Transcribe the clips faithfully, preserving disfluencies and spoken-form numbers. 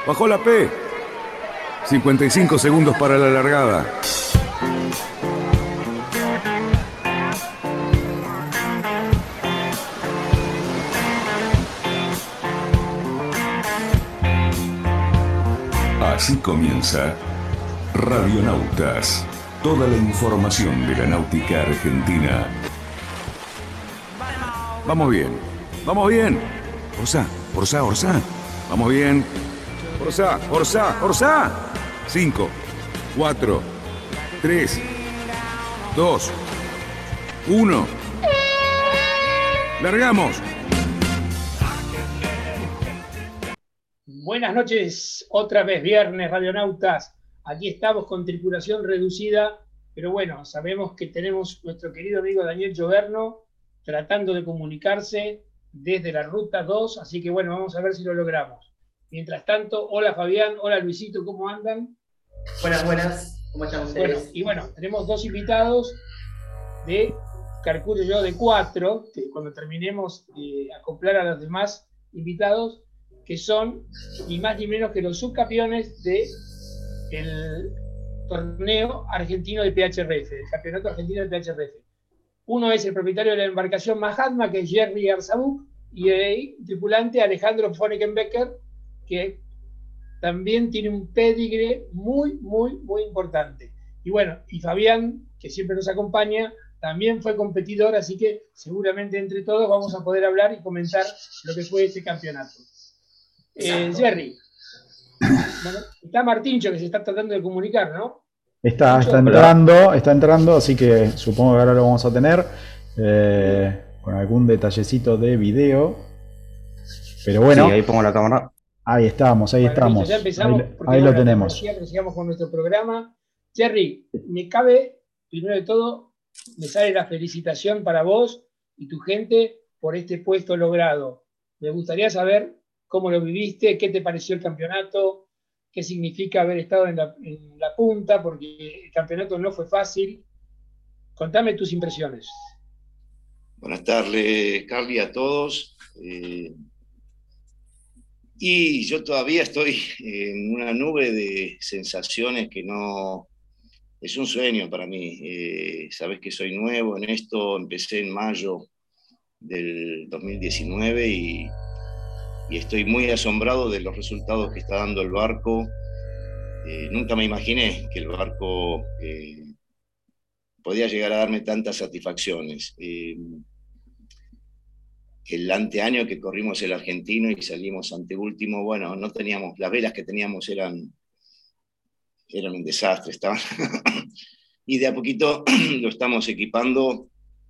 Bajó la P. cincuenta y cinco segundos para la largada. Así comienza Radionautas. Toda la información de la náutica argentina. Vamos bien, vamos bien. Orsá, Orsá, Orsá. Vamos bien. Orsá, Orsá, Orsá. Cinco, cuatro, tres, dos, uno. ¡Largamos! Buenas noches, otra vez viernes, radionautas. Aquí estamos con tripulación reducida, pero bueno, sabemos que tenemos nuestro querido amigo Daniel Gioverno tratando de comunicarse desde la ruta dos, así que bueno, vamos a ver si lo logramos. Mientras tanto, hola Fabián, hola Luisito, ¿cómo andan? Buenas, buenas, ¿cómo están ustedes? Bueno, y bueno, tenemos dos invitados de, calculo yo, de cuatro, que cuando terminemos de acoplar a los demás invitados, que son ni más ni menos que los subcampeones del torneo argentino de P H R F, el campeonato argentino de P H R F. Uno es el propietario de la embarcación Mahatma, que es Jerry Arzabuk, y el tripulante Alejandro Foneckenbecker, que también tiene un pedigre muy, muy, muy importante. Y bueno, y Fabián, que siempre nos acompaña, también fue competidor, así que seguramente entre todos vamos a poder hablar y comentar lo que fue este campeonato. Eh, Jerry, bueno, está Martincho, que se está tratando de comunicar, ¿no? Está, está entrando, está entrando, así que supongo que ahora lo vamos a tener eh, con algún detallecito de video. Pero bueno, sí, ahí pongo la cámara. Ahí estamos, ahí bueno, estamos. Listo, ya empezamos, ahí porque, ahí bueno, lo tenemos. Pero sigamos con nuestro programa. Jerry, me cabe, primero de todo, me sale la felicitación para vos y tu gente por este puesto logrado. Me gustaría saber cómo lo viviste, qué te pareció el campeonato, qué significa haber estado en la, en la punta, porque el campeonato no fue fácil. Contame tus impresiones. Buenas tardes, Carly, a todos. Eh, y yo todavía estoy en una nube de sensaciones que no... Es un sueño para mí. Eh, sabes que soy nuevo en esto, empecé en mayo del dos mil diecinueve y, y estoy muy asombrado de los resultados que está dando el barco. Eh, nunca me imaginé que el barco eh, podía llegar a darme tantas satisfacciones. Eh, el anteaño que corrimos el argentino y salimos anteúltimo, bueno, no teníamos, las velas que teníamos eran, eran un desastre, estaban y de a poquito lo estamos equipando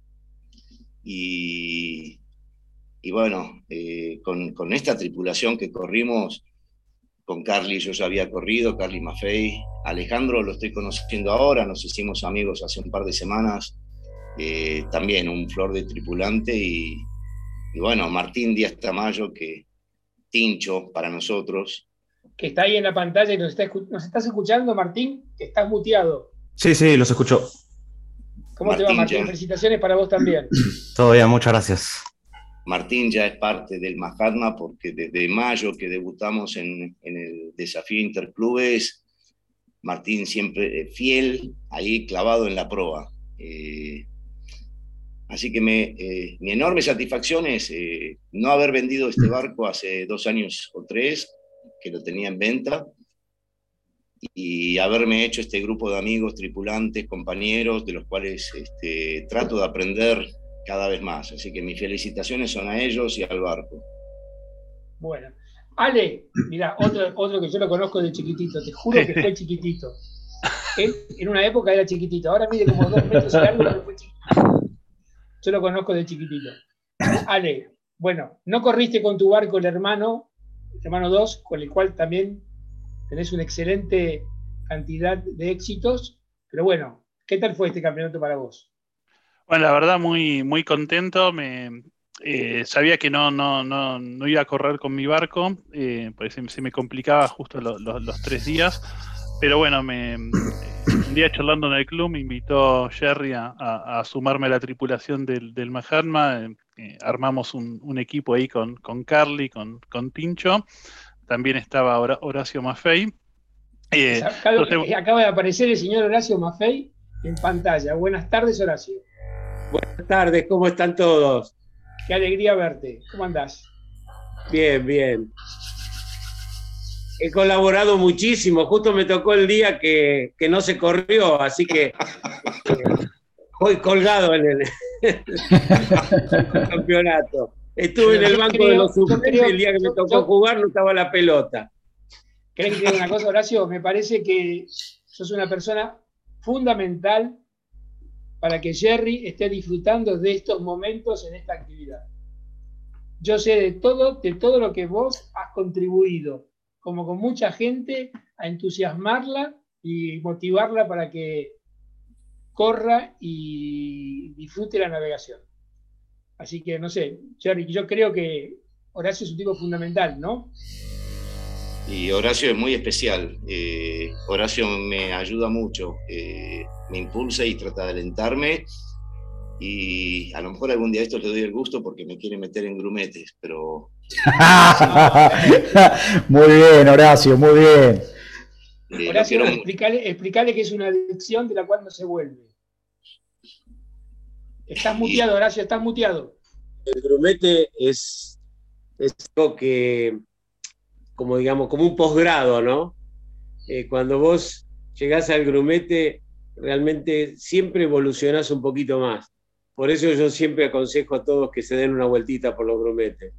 y, y bueno, eh, con, con esta tripulación que corrimos, con Carly yo ya había corrido, Carly Maffei, Alejandro lo estoy conociendo ahora, nos hicimos amigos hace un par de semanas, eh, también un flor de tripulante y, y bueno, Martín Díaz Tamayo, que Tincho para nosotros. Que está ahí en la pantalla y nos, está, nos estás escuchando, Martín, que estás muteado. Sí, sí, los escucho. ¿Cómo Martín te va, Martín? Ya. Felicitaciones para vos también. Todo bien, muchas gracias. Martín ya es parte del Mahatma porque desde mayo que debutamos en, en el desafío Interclubes, Martín siempre fiel, ahí clavado en la proa. Eh, así que me, eh, mi enorme satisfacción es eh, no haber vendido este barco hace dos años o tres, que lo tenía en venta, y haberme hecho este grupo de amigos, tripulantes, compañeros, de los cuales este, trato de aprender cada vez más. Así que mis felicitaciones son a ellos y al barco. Bueno. Ale, mira, otro, otro que yo lo conozco de chiquitito, te juro que fue chiquitito. Él en una época era chiquitito, ahora mide como dos metros y algo, pero fue chiquitito. Yo lo conozco de chiquitito. Ale, bueno, no corriste con tu barco el hermano, el hermano dos, con el cual también tenés una excelente cantidad de éxitos, pero bueno, ¿qué tal fue este campeonato para vos? Bueno, la verdad muy, muy contento, me, eh, sabía que no, no, no, no iba a correr con mi barco, eh, pues se, se me complicaba justo lo, lo, los tres días, pero bueno, me, un día charlando en el club me invitó Jerry a, a, a sumarme a la tripulación del, del Mahatma, eh, armamos un, un equipo ahí con, con Carly, con, con Tincho. también estaba Hora- Horacio Maffei. Eh, Acaba, entonces, acaba de aparecer el señor Horacio Maffei en pantalla. Buenas tardes, Horacio. Buenas tardes, ¿cómo están todos? Qué alegría verte. ¿Cómo andás? Bien, bien. He colaborado muchísimo, justo me tocó el día que, que no se corrió, así que eh, voy colgado en el, el campeonato. Estuve en el Yo banco creo- de los yo suplentes, creo- el día que me yo- tocó yo- jugar no estaba la pelota. ¿Creen que una cosa, Horacio? Me parece que sos una persona fundamental para que Jerry esté disfrutando de estos momentos en esta actividad. Yo sé de todo, de todo lo que vos has contribuido, como con mucha gente, a entusiasmarla y motivarla para que corra y disfrute la navegación. Así que, no sé, Jerry, yo creo que Horacio es un tipo fundamental, ¿no? Y Horacio es muy especial. Eh, Horacio me ayuda mucho, eh, me impulsa y trata de alentarme. Y a lo mejor algún día esto le doy el gusto porque me quiere meter en grumetes, pero... Muy bien, Horacio, muy bien. eh, lo Horacio, quiero- explicale, explicale que es una adicción de la cual no se vuelve. Estás muteado, Horacio, estás muteado. El grumete es, es algo que, como digamos, como un posgrado, ¿no? Eh, cuando vos llegás al grumete, realmente siempre evolucionás un poquito más. Por eso yo siempre aconsejo a todos que se den una vueltita por los grumetes.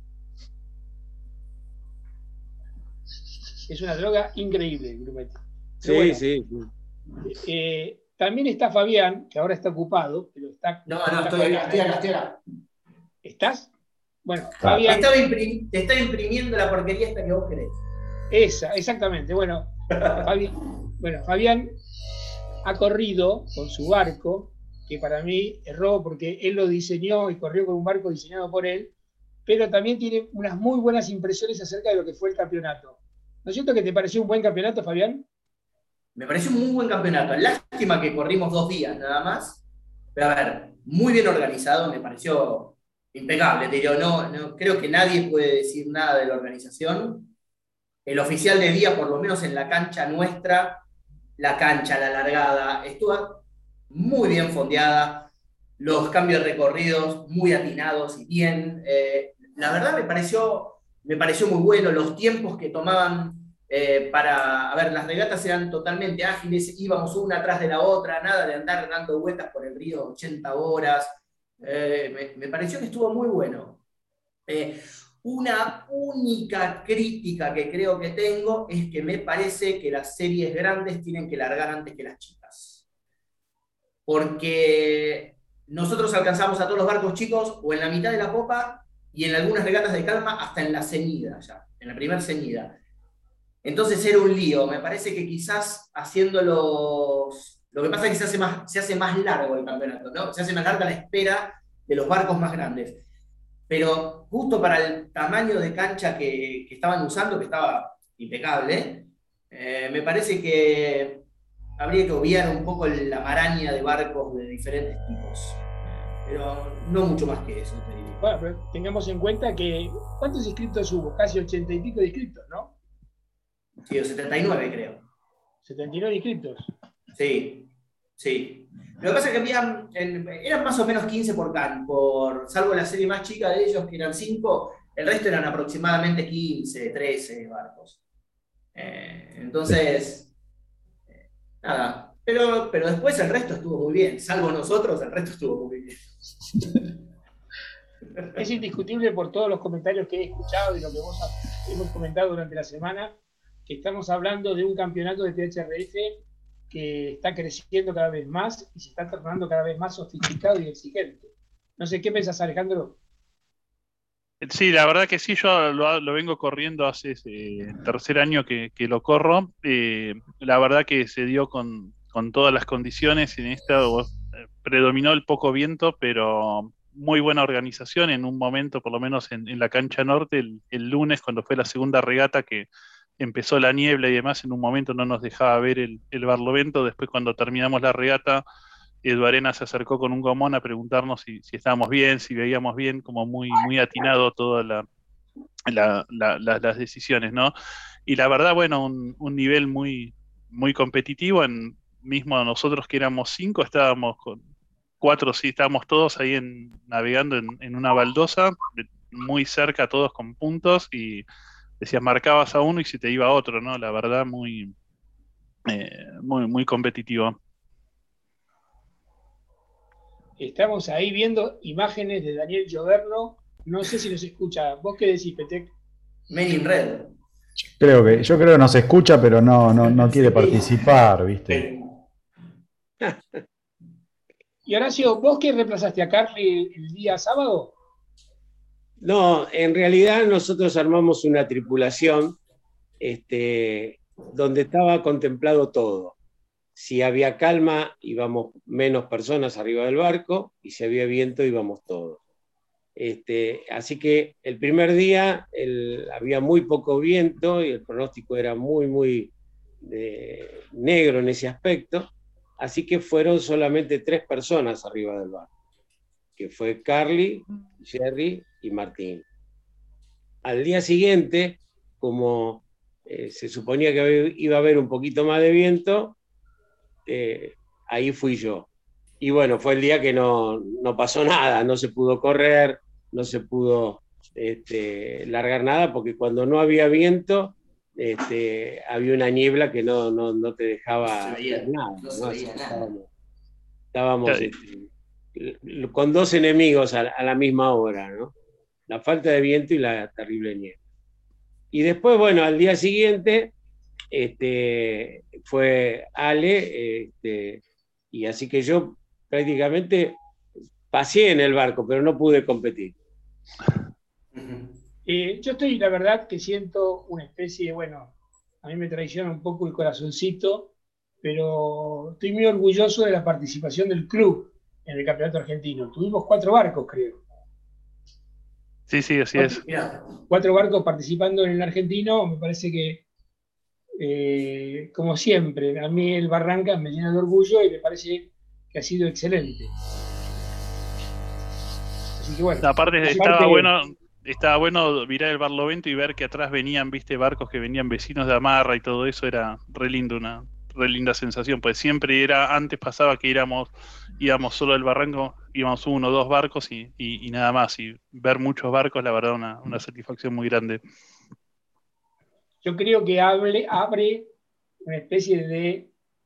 Es una droga increíble, el grumete. Sí, Pero bueno, sí. eh, también está Fabián, que ahora está ocupado, pero está. No, no, está estoy Fabián acá, estoy ahí. acá, estoy acá. ¿Estás? Bueno, Te Fabián. estaba, imprim- te estaba imprimiendo la porquería esta que vos querés. Esa, exactamente. Bueno, Fabi- bueno, Fabián ha corrido con su barco, que para mí erró porque él lo diseñó y corrió con un barco diseñado por él, pero también tiene unas muy buenas impresiones acerca de lo que fue el campeonato. ¿No es cierto que te pareció un buen campeonato, Fabián? Me pareció un muy buen campeonato. Lástima que corrimos dos días nada más. Pero a ver, muy bien organizado, me pareció impecable. Te digo, no, no, creo que nadie puede decir nada de la organización. El oficial de día, por lo menos en la cancha nuestra, la cancha, la largada, estuvo muy bien fondeada. Los cambios de recorridos muy atinados y bien. Eh, la verdad me pareció, me pareció muy bueno. Los tiempos que tomaban eh, para... A ver, las regatas eran totalmente ágiles, íbamos una atrás de la otra, nada de andar dando vueltas por el río ochenta horas. Eh, me, me pareció que estuvo muy bueno. Eh, una única crítica que creo que tengo es que me parece que las series grandes tienen que largar antes que las chicas. Porque nosotros alcanzamos a todos los barcos chicos o en la mitad de la popa y en algunas regatas de calma hasta en la ceñida ya, en la primera ceñida. Entonces era un lío. Me parece que quizás haciendo los... Lo que pasa es que se hace más, se hace más largo el campeonato, ¿no? Se hace más larga la espera de los barcos más grandes. Pero justo para el tamaño de cancha que, que estaban usando, que estaba impecable, eh, me parece que habría que obviar un poco la maraña de barcos de diferentes tipos. Pero no mucho más que eso, te diría. Bueno, pero tengamos en cuenta que ¿cuántos inscritos hubo? Casi ochenta y pico de inscritos, ¿no? Sí, o setenta y nueve creo. setenta y nueve inscritos. Sí, sí. Lo que pasa es que habían, en- eran más o menos quince por can, por, salvo la serie más chica de ellos, que eran cinco, el resto eran aproximadamente quince, trece barcos. Eh, entonces, eh, nada. Pero, pero después el resto estuvo muy bien, salvo nosotros, el resto estuvo muy bien. Es indiscutible por todos los comentarios que he escuchado y lo que vos ha- hemos comentado durante la semana, que estamos hablando de un campeonato de P H R F que está creciendo cada vez más y se está tornando cada vez más sofisticado y exigente. No sé, ¿qué pensás, Alejandro? Sí, la verdad que sí, yo lo, lo vengo corriendo hace eh, tercer año que, que lo corro. Eh, la verdad que se dio con, con todas las condiciones. En esta eh, predominó el poco viento, pero muy buena organización. En un momento, por lo menos en, en la cancha norte, el, el lunes, cuando fue la segunda regata, que empezó la niebla y demás, en un momento no nos dejaba ver el, el barlovento. Después, cuando terminamos la regata, Edu Arena se acercó con un gomón a preguntarnos si, si estábamos bien, si veíamos bien, como muy, muy atinado toda la, la, la, la, las decisiones, ¿no? Y la verdad, bueno, un, un nivel muy, muy competitivo. En, mismo nosotros que éramos cinco, estábamos con cuatro, sí, estábamos todos ahí en, navegando en, en una baldosa, muy cerca todos con puntos, y decías, marcabas a uno y se te iba a otro, ¿no? La verdad, muy, eh, muy, muy competitivo. Estamos ahí viendo imágenes de Daniel Gioverno. No sé si nos escucha. ¿Vos qué decís, Petec? Men in Red. Creo que, yo creo que nos escucha, pero no, no, no quiere Sí. participar, ¿viste? Y Horacio, ¿vos qué reemplazaste a Carly el día sábado? No, en realidad nosotros armamos una tripulación este, donde estaba contemplado todo. Si había calma, íbamos menos personas arriba del barco, y si había viento, íbamos todos. Este, así que el primer día el, había muy poco viento y el pronóstico era muy, muy eh, negro en ese aspecto, así que fueron solamente tres personas arriba del barco, que fue Carly, Jerry y Martín. Al día siguiente, como eh, se suponía que iba a haber un poquito más de viento, eh, ahí fui yo. Y bueno, fue el día que no, no pasó nada, no se pudo correr, no se pudo este, largar nada, porque cuando no había viento, este, había una niebla que no, no, no te dejaba no se veía, ver nada. no se ¿no? veía nada. Estábamos, estábamos este, con dos enemigos a, a la misma hora, ¿no? La falta de viento y la terrible niebla. Y después, bueno, al día siguiente este, fue Ale, este, y así que yo prácticamente pasé en el barco, pero no pude competir. Eh, yo estoy, la verdad, que siento una especie de, bueno, a mí me traiciona un poco el corazoncito, pero estoy muy orgulloso de la participación del club en el campeonato argentino. Tuvimos cuatro barcos, creo. Sí, sí, así cuatro, es. Mira, cuatro barcos participando en el argentino, me parece que, eh, como siempre, a mí el Barrancas me llena de orgullo y me parece que ha sido excelente. Así que bueno. Aparte, estaba parte... bueno, estaba bueno mirar el barlovento y ver que atrás venían, viste, barcos que venían vecinos de Amarra y todo eso, era re lindo, una re linda sensación, pues siempre era, antes pasaba que íbamos, íbamos solo del barranco, íbamos uno o dos barcos y, y, y nada más, y ver muchos barcos, la verdad, una, una satisfacción muy grande. Yo creo que hable, abre una especie de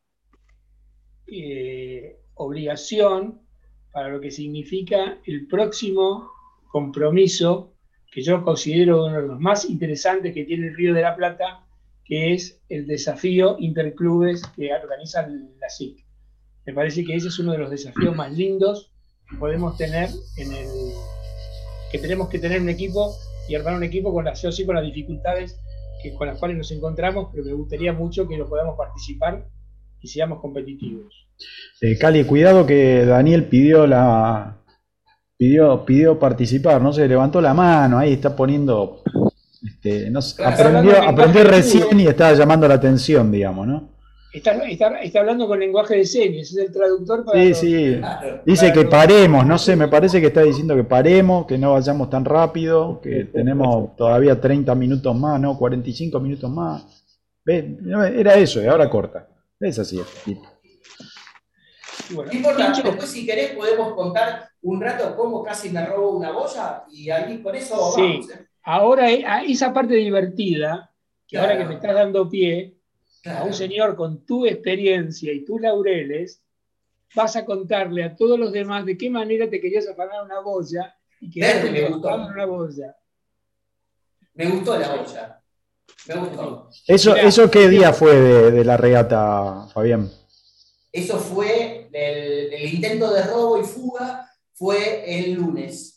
eh, obligación para lo que significa el próximo compromiso, que yo considero uno de los más interesantes que tiene el Río de la Plata, que es el desafío interclubes que organiza la S I C. Me parece que ese es uno de los desafíos más lindos que podemos tener en el que tenemos que tener un equipo y armar un equipo con las, yo sí, con las dificultades que, con las cuales nos encontramos, pero me gustaría mucho que lo podamos participar y seamos competitivos. Eh, Cali, cuidado que Daniel pidió la pidió pidió participar, no se levantó la mano, ahí está poniendo este, no sé, aprendió, aprendió recién y está llamando la atención, digamos, ¿no? Está, está, está hablando con lenguaje de señas, es el traductor para Sí, los, sí. para Dice que los... paremos, no sé, me parece que está diciendo que paremos, que no vayamos tan rápido, que tenemos todavía treinta minutos más, ¿no? cuarenta y cinco minutos más. ¿Ves? Era eso, y ahora corta. Es así. Bueno, no importa, después si querés podemos contar un rato cómo casi me robo una boya y ahí con eso sí. vamos. ¿eh? Ahora, esa parte divertida, que claro. ahora que me estás dando pie, claro. a un señor con tu experiencia y tus laureles, vas a contarle a todos los demás de qué manera te querías afanar una boya y que Verte, me gustó. una boya. Me gustó la boya. Me gustó. ¿Eso, Mirá, ¿eso qué día fue de, de la regata, Fabián? Eso fue, el, el intento de robo y fuga fue el lunes.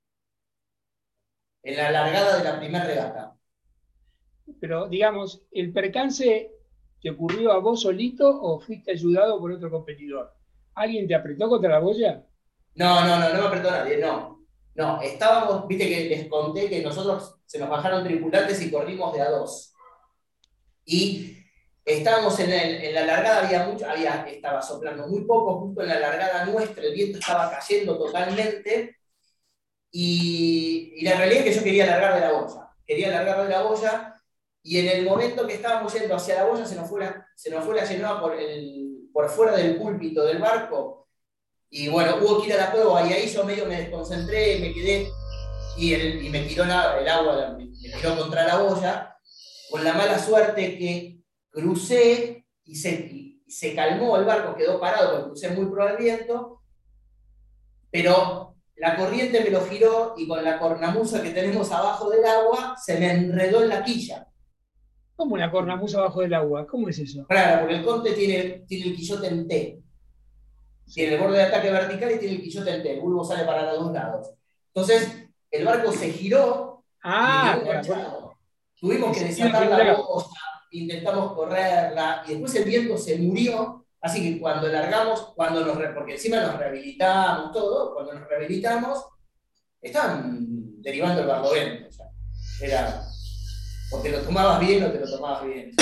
En la largada de la primera regata. Pero, digamos, ¿el percance te ocurrió a vos solito o fuiste ayudado por otro competidor? ¿Alguien te apretó contra la boya? No, no, no, no me apretó nadie, no. No, estábamos, viste que les conté que nosotros se nos bajaron tripulantes y corrimos de a dos. Y estábamos en, el, en la largada, había mucho, había, estaba soplando muy poco, justo en la largada nuestra, el viento estaba cayendo totalmente. Y, y la realidad es que yo quería largar de la boya. quería largar de la boya, y en el momento que estábamos yendo hacia la boya se nos fue la, se nos fue la Genoa por, el, por fuera del púlpito del barco, y bueno, hubo que ir a la prueba, y ahí yo medio me desconcentré, me quedé, y, el, y me tiró la, el agua, me, me tiró contra la boya, con la mala suerte que crucé y se, y se calmó el barco, quedó parado porque crucé muy pro al viento, pero la corriente me lo giró y con la cornamusa que tenemos abajo del agua se me enredó en la quilla. ¿Cómo una cornamusa abajo del agua? ¿Cómo es eso? Claro, porque el Conte tiene, tiene el quillote en T. Tiene el borde de ataque vertical y tiene el quillote en T. El bulbo sale para los dos lados. Entonces, el barco se giró ah, y me quedó tuvimos que desatar la boya, intentamos correrla, y después el viento se murió, así que cuando largamos, cuando nos, porque encima nos rehabilitamos todo, cuando nos rehabilitamos, estaban derivando el barlovento. O sea, era, o te lo tomabas bien o te lo tomabas bien.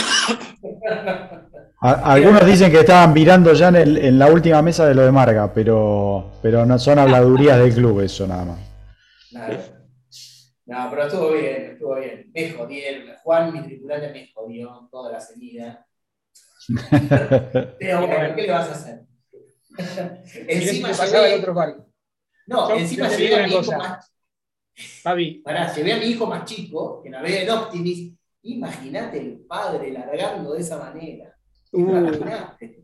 A, algunos dicen que estaban virando ya en, el, en la última mesa de lo de Marga, pero, pero no son habladurías del club eso nada más. Nada. No, pero estuvo bien, estuvo bien. Me jodieron. Juan, mi tripulante, me jodió toda la salida. Pero bueno, ¿qué le vas a hacer? Encima llevé el otro barco. No, Yo, encima yo llevé a mi hijo cosa. más. Fabi. Pará, llevé a mi hijo más chico, que navega en Optimis. Imagínate el padre largando de esa manera. Imagínate.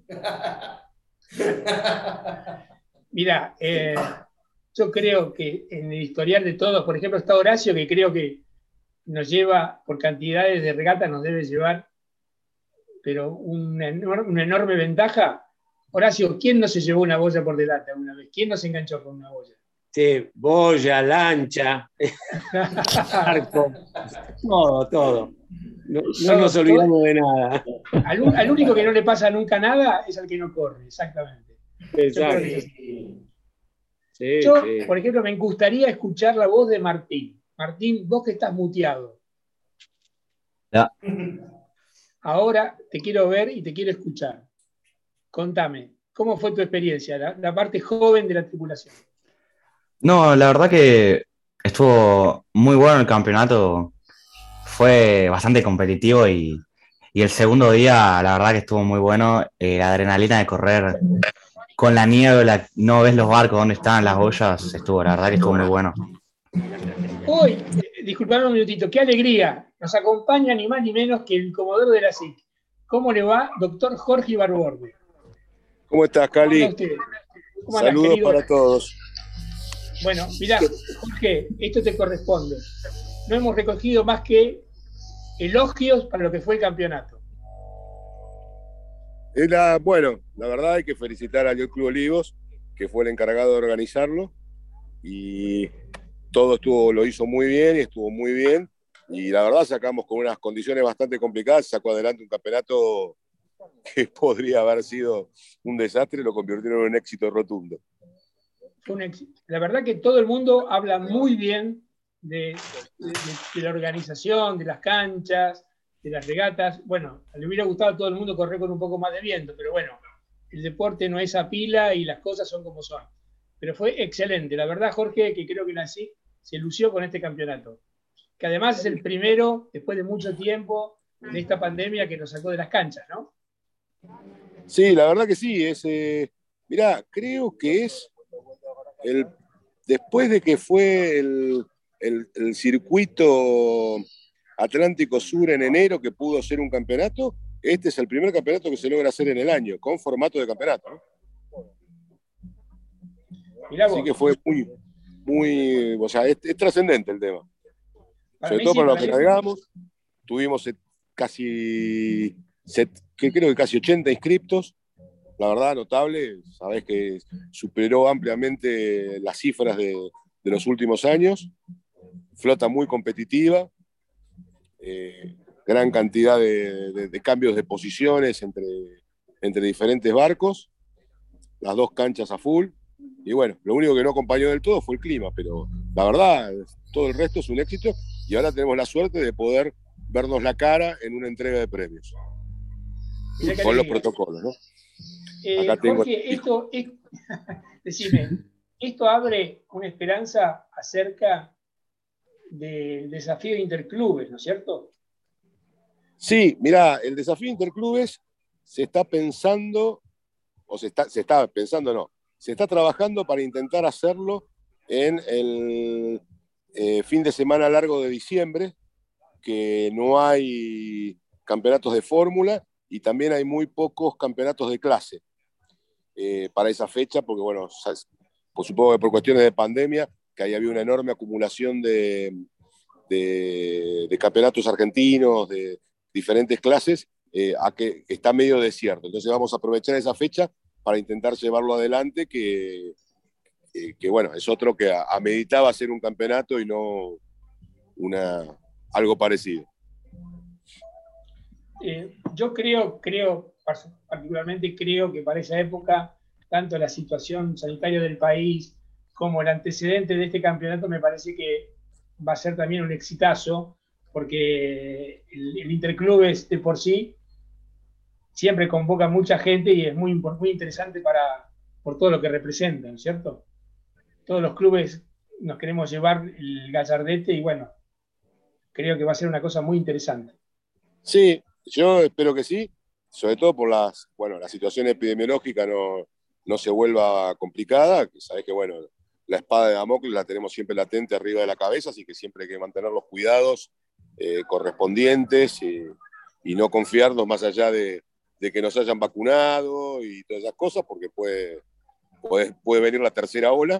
Mira, eh, yo creo que en el historial de todos, por ejemplo, está Horacio, que creo que nos lleva, por cantidades de regatas, nos debe llevar, pero una, una enorme ventaja. Horacio, ¿quién no se llevó una boya por delante alguna vez? ¿Quién no se enganchó con una boya? Sí, boya, lancha, barco, todo, todo. No, no nos olvidamos de nada. Al, al único que no le pasa nunca nada es al que no corre, exactamente. Exacto. Yo, sí, Yo sí. por ejemplo, me gustaría escuchar la voz de Martín. Martín, vos que estás muteado. Ya. Ahora te quiero ver y te quiero escuchar. Contame, ¿cómo fue tu experiencia, la, la parte joven de la tripulación? No, la verdad que estuvo muy bueno el campeonato. Fue bastante competitivo y, y el segundo día, la verdad que estuvo muy bueno. Eh, la adrenalina de correr con la niebla, no ves los barcos, dónde están las boyas, estuvo, la verdad que estuvo muy bueno. Hoy, eh, disculpame un minutito, qué alegría. Nos acompaña ni más ni menos que el comodoro de la S I C. ¿Cómo le va, doctor Jorge Ibarborde? ¿Cómo estás, Cali? ¿Cómo anda usted? ¿Cómo andas, Saludos querido? para todos. Bueno, mirá, Jorge, esto te corresponde. No hemos recogido más que elogios para lo que fue el campeonato. Era, bueno, la verdad hay que felicitar al Club Olivos, que fue el encargado de organizarlo, y todo estuvo, lo hizo muy bien y estuvo muy bien, y la verdad sacamos con unas condiciones bastante complicadas, sacó adelante un campeonato que podría haber sido un desastre, lo convirtieron en un éxito rotundo. Fue un éxito. La verdad que todo el mundo habla muy bien de, de, de la organización, de las canchas, de las regatas. Bueno, le hubiera gustado a todo el mundo correr con un poco más de viento, pero bueno, el deporte no es a pila y las cosas son como son. Pero fue excelente. La verdad, Jorge, que creo que la S I C se lució con este campeonato, que además es el primero, después de mucho tiempo, de esta pandemia que nos sacó de las canchas, ¿no? Sí, la verdad que sí. Es, eh, mirá, creo que es el, después de que fue el, el, el circuito Atlántico Sur en enero, que pudo ser un campeonato, este es el primer campeonato que se logra hacer en el año, con formato de campeonato, ¿no? Mirá vos. Así que fue muy, muy, o sea, es, es trascendente el tema. Para Sobre mí todo sí, para lo para que mí- navegamos, tuvimos set- casi, set- que creo que casi ochenta inscriptos, la verdad notable, sabés que superó ampliamente las cifras de, de los últimos años, flota muy competitiva, eh, gran cantidad de, de- de cambios de posiciones entre, entre diferentes barcos, las dos canchas a full, y bueno, lo único que no acompañó del todo fue el clima, pero la verdad, todo el resto es un éxito, y ahora tenemos la suerte de poder vernos la cara en una entrega de premios, Mirá qué con los alegría. protocolos, ¿no? Eh, Acá tengo- Jorge, esto, es- decime, ¿esto abre una esperanza acerca del desafío interclubes, ¿no es cierto? Sí, mirá, el desafío interclubes se está pensando, o se está, se está pensando, no, se está trabajando para intentar hacerlo en el eh, fin de semana largo de diciembre, que no hay campeonatos de fórmula y también hay muy pocos campeonatos de clase eh, para esa fecha, porque bueno, pues supongo que por cuestiones de pandemia, que ahí había una enorme acumulación de, de, de campeonatos argentinos, de diferentes clases, eh, a que está medio desierto. Entonces vamos a aprovechar esa fecha para intentar llevarlo adelante, que, eh, que bueno, es otro que ameritaba hacer un campeonato y no una, algo parecido. Eh, yo creo, creo, particularmente creo que para esa época, tanto la situación sanitaria del país como el antecedente de este campeonato me parece que va a ser también un exitazo, porque el, el Interclubes de por sí siempre convoca mucha gente y es muy, muy interesante para, por todo lo que representa, ¿no es cierto? Todos los clubes nos queremos llevar el gallardete y bueno, creo que va a ser una cosa muy interesante. Sí, yo espero que sí, sobre todo por las, bueno, la situación epidemiológica no, no se vuelva complicada, que sabés que bueno, la espada de Damocles la tenemos siempre latente arriba de la cabeza, así que siempre hay que mantener los cuidados eh, correspondientes y, y no confiarnos más allá de, de que nos hayan vacunado y todas esas cosas, porque puede, puede, puede venir la tercera ola.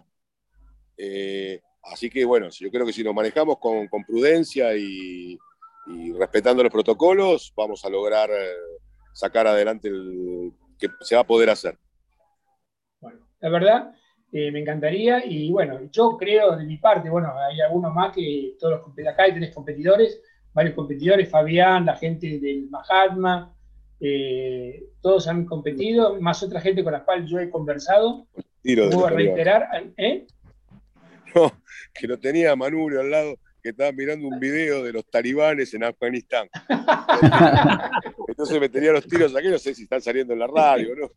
Eh, así que bueno, yo creo que si nos manejamos con, con prudencia y, y respetando los protocolos, vamos a lograr eh, sacar adelante el que se va a poder hacer. Bueno, la verdad, eh, me encantaría y bueno, yo creo de mi parte, bueno, hay algunos más que todos los acá hay tres competidores, varios competidores, Fabián, la gente del Mahatma, eh, todos han competido, más otra gente con la cual yo he conversado. Puedo reiterar, ¿eh? No, que lo tenía Manubrio al lado, que estaba mirando un video de los talibanes en Afganistán. Entonces me tenía los tiros aquí, no sé si están saliendo en la radio, ¿no?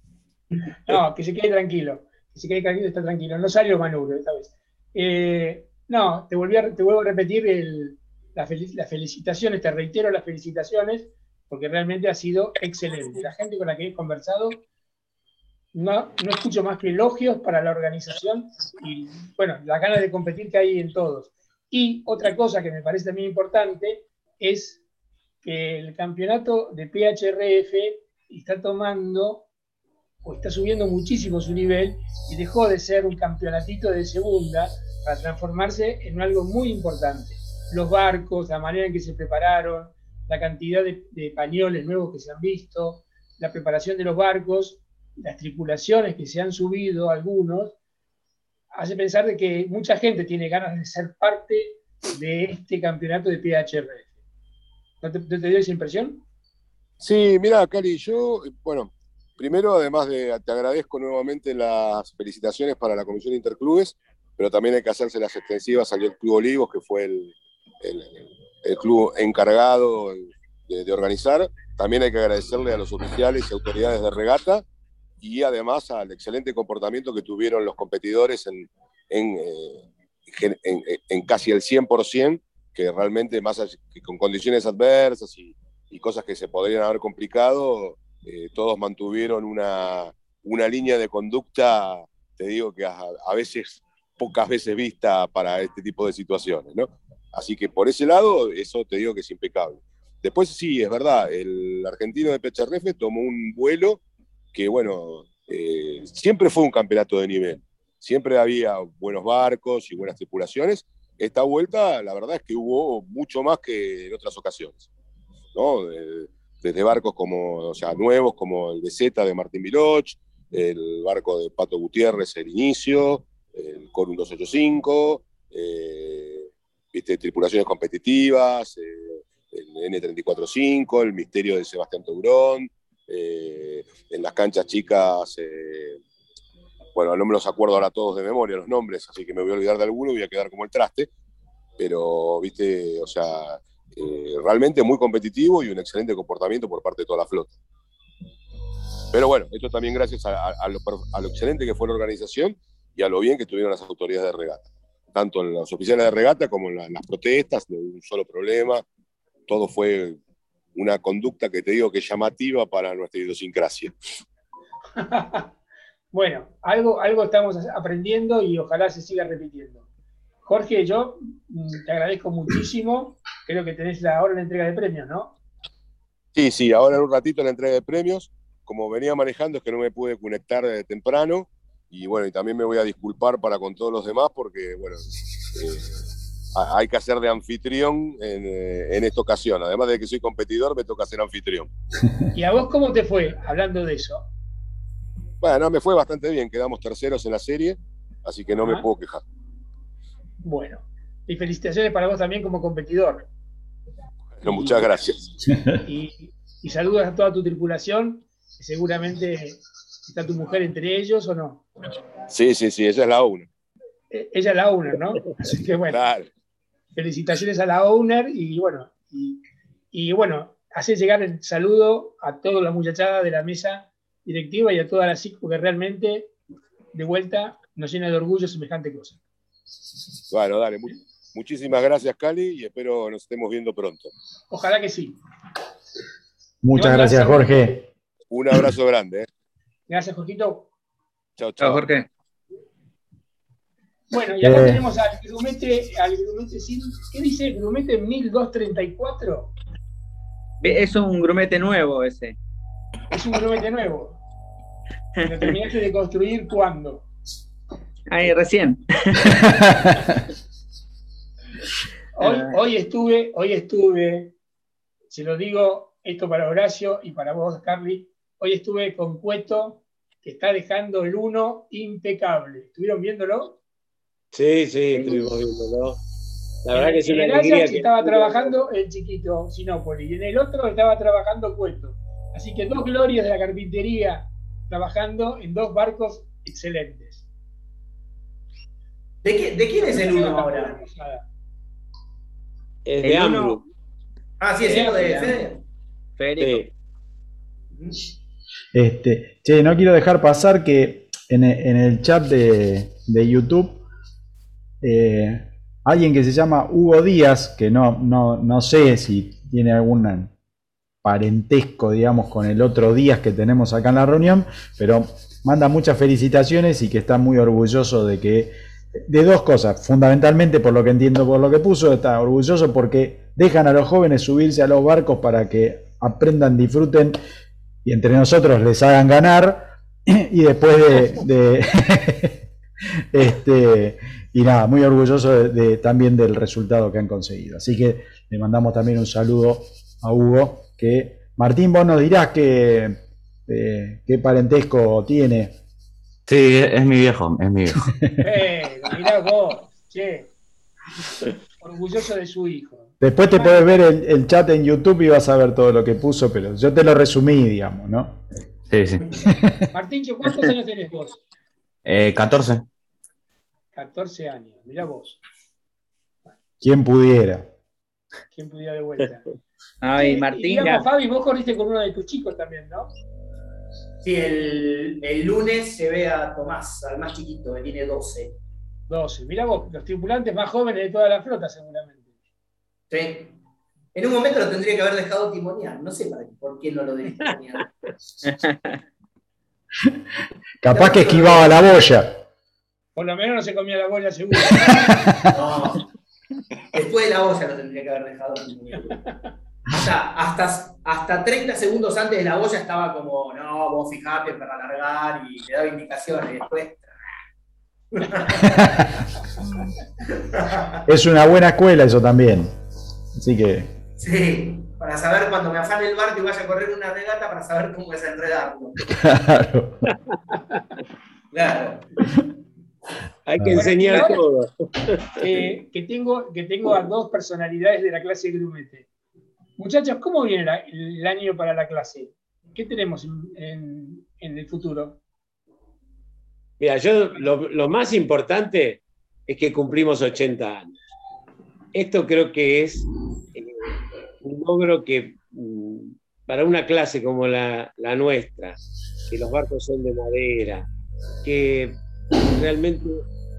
No, que se quede tranquilo, que se quede tranquilo, está tranquilo. No salió Manubrio esta vez. Eh, no, te, volví a, te vuelvo a repetir el, las la felicitaciones, te reitero las felicitaciones, porque realmente ha sido excelente. La gente con la que he conversado, no, no escucho más que elogios para la organización y, bueno, las ganas de competir que hay en todos. Y otra cosa que me parece también importante es que el campeonato de P H R F está tomando o está subiendo muchísimo su nivel y dejó de ser un campeonatito de segunda para transformarse en algo muy importante. Los barcos, la manera en que se prepararon, la cantidad de, de pañoles nuevos que se han visto, la preparación de los barcos, las tripulaciones que se han subido, algunos, hace pensar de que mucha gente tiene ganas de ser parte de este campeonato de P H R F. ¿No te, te dio esa impresión? Sí, mira, Cali, yo, bueno, primero, además de, te agradezco nuevamente las felicitaciones para la Comisión de Interclubes, pero también hay que hacerse las extensivas al Club Olivos, que fue el, el, el club encargado de, de organizar. También hay que agradecerle a los oficiales y autoridades de regata, y además al excelente comportamiento que tuvieron los competidores en, en, en, en, en casi el cien por ciento, que realmente más allá, que con condiciones adversas y, y cosas que se podrían haber complicado, eh, todos mantuvieron una, una línea de conducta, te digo que a, a veces, pocas veces vista para este tipo de situaciones, ¿no? Así que por ese lado, eso te digo que es impecable. Después sí, es verdad, el argentino de P H R F tomó un vuelo que, bueno, eh, siempre fue un campeonato de nivel. Siempre había buenos barcos y buenas tripulaciones. Esta vuelta, la verdad es que hubo mucho más que en otras ocasiones, ¿no? De, desde barcos como, o sea, nuevos, como el de Z de Martín Viloch, el barco de Pato Gutiérrez, el inicio, el Corum doscientos ochenta y cinco, eh, ¿viste? Tripulaciones competitivas, eh, el N treinta y cuatro cinco, el Misterio de Sebastián Tourón, eh, en las canchas chicas, eh, bueno, no me los acuerdo ahora todos de memoria los nombres, así que me voy a olvidar de alguno y voy a quedar como el traste, pero, viste, o sea, eh, realmente muy competitivo y un excelente comportamiento por parte de toda la flota. Pero bueno, esto también gracias a, a, a, lo, a lo excelente que fue la organización y a lo bien que estuvieron las autoridades de regata. tanto en los oficiales de regata como en, la, en las protestas, no hubo un solo problema. Todo fue una conducta que te digo que es llamativa para nuestra idiosincrasia. Bueno, algo, algo estamos aprendiendo y ojalá se siga repitiendo. Jorge, yo te agradezco muchísimo. Creo que tenés la, ahora la entrega de premios, ¿no? Sí, sí, ahora en un ratito la entrega de premios. Como venía manejando es que no me pude conectar de temprano. Y bueno, y también me voy a disculpar para con todos los demás porque, bueno, eh, hay que hacer de anfitrión en, eh, en esta ocasión. Además de que soy competidor, me toca ser anfitrión. ¿Y a vos cómo te fue hablando de eso? Bueno, me fue bastante bien. Quedamos terceros en la serie, así que no Ajá. me puedo quejar. Bueno, y felicitaciones para vos también como competidor. Bueno, muchas gracias. Y, y saludos a toda tu tripulación, que seguramente está tu mujer entre ellos, ¿o no? Sí, sí, sí, ella es la owner. Eh, ella es la owner, ¿no? Así que bueno, Claro. felicitaciones a la owner y bueno, y, y bueno, hacer llegar el saludo a toda la muchachada de la mesa directiva y a toda la S I C, porque realmente, de vuelta, nos llena de orgullo semejante cosa. Bueno, dale. Mu muchísimas gracias, Cali, y espero nos estemos viendo pronto. Ojalá que sí. Muchas gracias, Jorge. Un abrazo grande. ¿eh? Gracias, Jorgito. Chao, chao. Chao, Jorge. Bueno, y acá Eh. tenemos al grumete, al grumete, ¿qué dice el grumete mil doscientos treinta y cuatro? Es un grumete nuevo ese. Es un grumete nuevo. ¿Lo terminaste de construir cuándo? Ahí recién. Hoy, hoy estuve, hoy estuve, se lo digo esto para Horacio y para vos, Carly, hoy estuve con Cueto, que está dejando el uno impecable. ¿Estuvieron viéndolo? Sí, sí, estuvimos viéndolo. La verdad que es en una el alegría Ajax que... estaba trabajando el chiquito Sinópolis y en el otro estaba trabajando Cueto. Así que dos glorias de la carpintería trabajando en dos barcos excelentes. ¿De, qué, ¿De quién es el uno ahora? Es de Ambru. Ah, sí, es el de Fede. Federico. Sí. Este, che, no quiero dejar pasar que en el, en el chat de, de YouTube eh, alguien que se llama Hugo Díaz, que no, no, no sé si tiene algún parentesco, digamos, con el otro Díaz que tenemos acá en la reunión, pero manda muchas felicitaciones y que está muy orgulloso de que, de dos cosas, fundamentalmente por lo que entiendo por lo que puso, está orgulloso porque dejan a los jóvenes subirse a los barcos para que aprendan, disfruten y entre nosotros les hagan ganar, y después de, de este, y nada, muy orgulloso de, de, también del resultado que han conseguido. Así que le mandamos también un saludo a Hugo, que Martín, vos nos dirás qué, eh, qué parentesco tiene. Sí, es mi viejo, es mi viejo. Eh, mirá vos, che, orgulloso de su hijo. Después te podés ver el, el chat en YouTube y vas a ver todo lo que puso, pero yo te lo resumí, digamos, ¿no? Sí, sí. Martín, ¿cuántos años tenés vos? Eh, catorce. catorce años, mirá vos. ¿Quién pudiera? ¿Quién pudiera de vuelta? Ay, Sí, Martín. y digamos, Ya. Fabi, vos corriste con uno de tus chicos también, ¿no? Sí, el, el lunes se ve a Tomás, al más chiquito, que tiene doce. doce. Mirá vos, los tripulantes más jóvenes de toda la flota, seguramente. Sí. En un momento lo tendría que haber dejado timonear. No sé para- por qué no lo dejé timonear. Capaz que esquivaba la boya. Por lo menos no se comía la bola seguro. No. Después de la boya lo tendría que haber dejado timonear. Hasta, hasta, hasta treinta segundos antes de la boya estaba como, no, vos fijate para alargar y le daba indicaciones. Después. Es una buena escuela eso también. Así que, Sí, para saber cuando me afane el barco y vaya a correr una regata, para saber cómo es enredarlo. claro. Claro. Hay que Ah. enseñar Ahora- todo. Eh, que, tengo, que tengo a dos personalidades de la clase Grumete. Muchachos, ¿cómo viene la- el año para la clase? ¿Qué tenemos en, en- en el futuro? Mira, yo lo, lo más importante es que cumplimos ochenta años. Esto creo que es eh, un logro que mm, para una clase como la, la nuestra, que los barcos son de madera, que realmente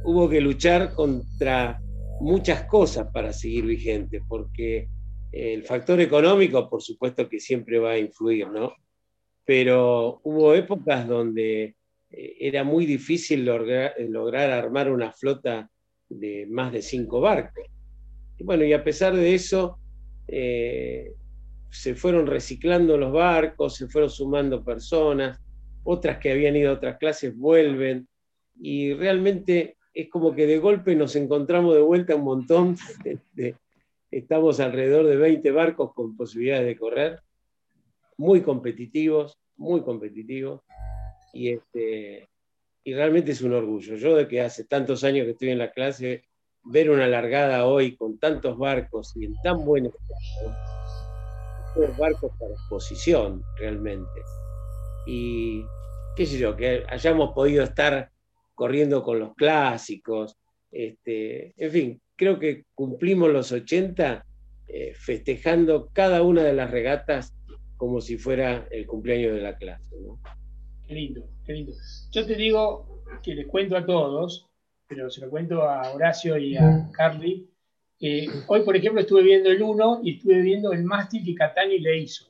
hubo que luchar contra muchas cosas para seguir vigente, porque el factor económico, por supuesto que siempre va a influir, ¿no? Pero hubo épocas donde era muy difícil lograr, lograr armar una flota de más de cinco barcos. Y bueno, y a pesar de eso, eh, se fueron reciclando los barcos, se fueron sumando personas, otras que habían ido a otras clases vuelven, y realmente es como que de golpe nos encontramos de vuelta un montón, de, de, estamos alrededor de veinte barcos con posibilidades de correr, muy competitivos, muy competitivos, y, este, y realmente es un orgullo. Yo, de que hace tantos años que estoy en la clase, ver una largada hoy con tantos barcos y en tan buen estado, todos barcos para exposición realmente, y qué sé yo, que hayamos podido estar corriendo con los clásicos, este, en fin, creo que cumplimos los ochenta eh, festejando cada una de las regatas como si fuera el cumpleaños de la clase, ¿no? Qué lindo, qué lindo. Yo te digo que les cuento a todos, pero se lo cuento a Horacio y a Carly. Eh, hoy, por ejemplo, estuve viendo el uno y estuve viendo el mástil que Catani le hizo.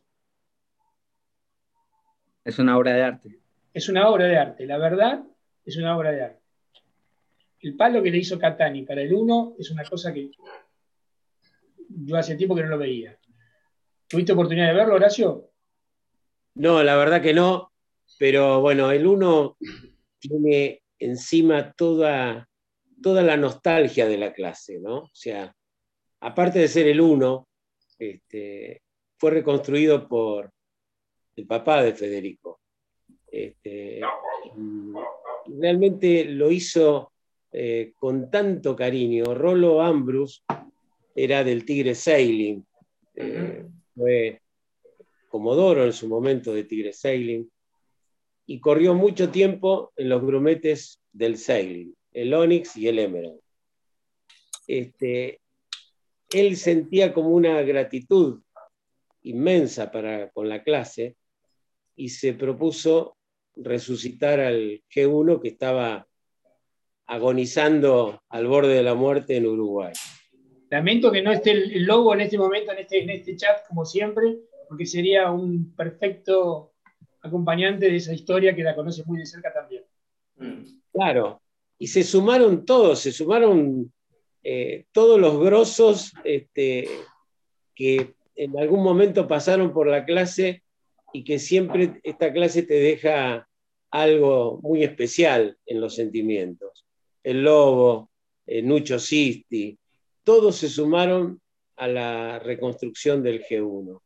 Es una obra de arte. Es una obra de arte, la verdad, es una obra de arte. El palo que le hizo Catani para el uno es una cosa que yo hace tiempo que no lo veía. ¿Tuviste oportunidad de verlo, Horacio? No, la verdad que no, pero bueno, el uno tiene encima toda, toda la nostalgia de la clase, ¿no? O sea, aparte de ser el uno, este, fue reconstruido por el papá de Federico. Este, realmente lo hizo eh, con tanto cariño. Rollo Ambrus era del Tigre Sailing, eh, fue comodoro en su momento de Tigre Sailing, y corrió mucho tiempo en los grumetes del Sailing, el Onyx y el Emerald. Este, él sentía como una gratitud inmensa para, con la clase, y se propuso resucitar al G uno que estaba agonizando al borde de la muerte en Uruguay. Lamento que no esté el logo en este momento, en este, en este chat, como siempre, porque sería un perfecto acompañante de esa historia que la conoce muy de cerca también. Claro, y se sumaron todos, se sumaron eh, todos los grosos este, que en algún momento pasaron por la clase, y que siempre esta clase te deja algo muy especial en los sentimientos. El Lobo, el Nucho Sisti, todos se sumaron a la reconstrucción del G uno.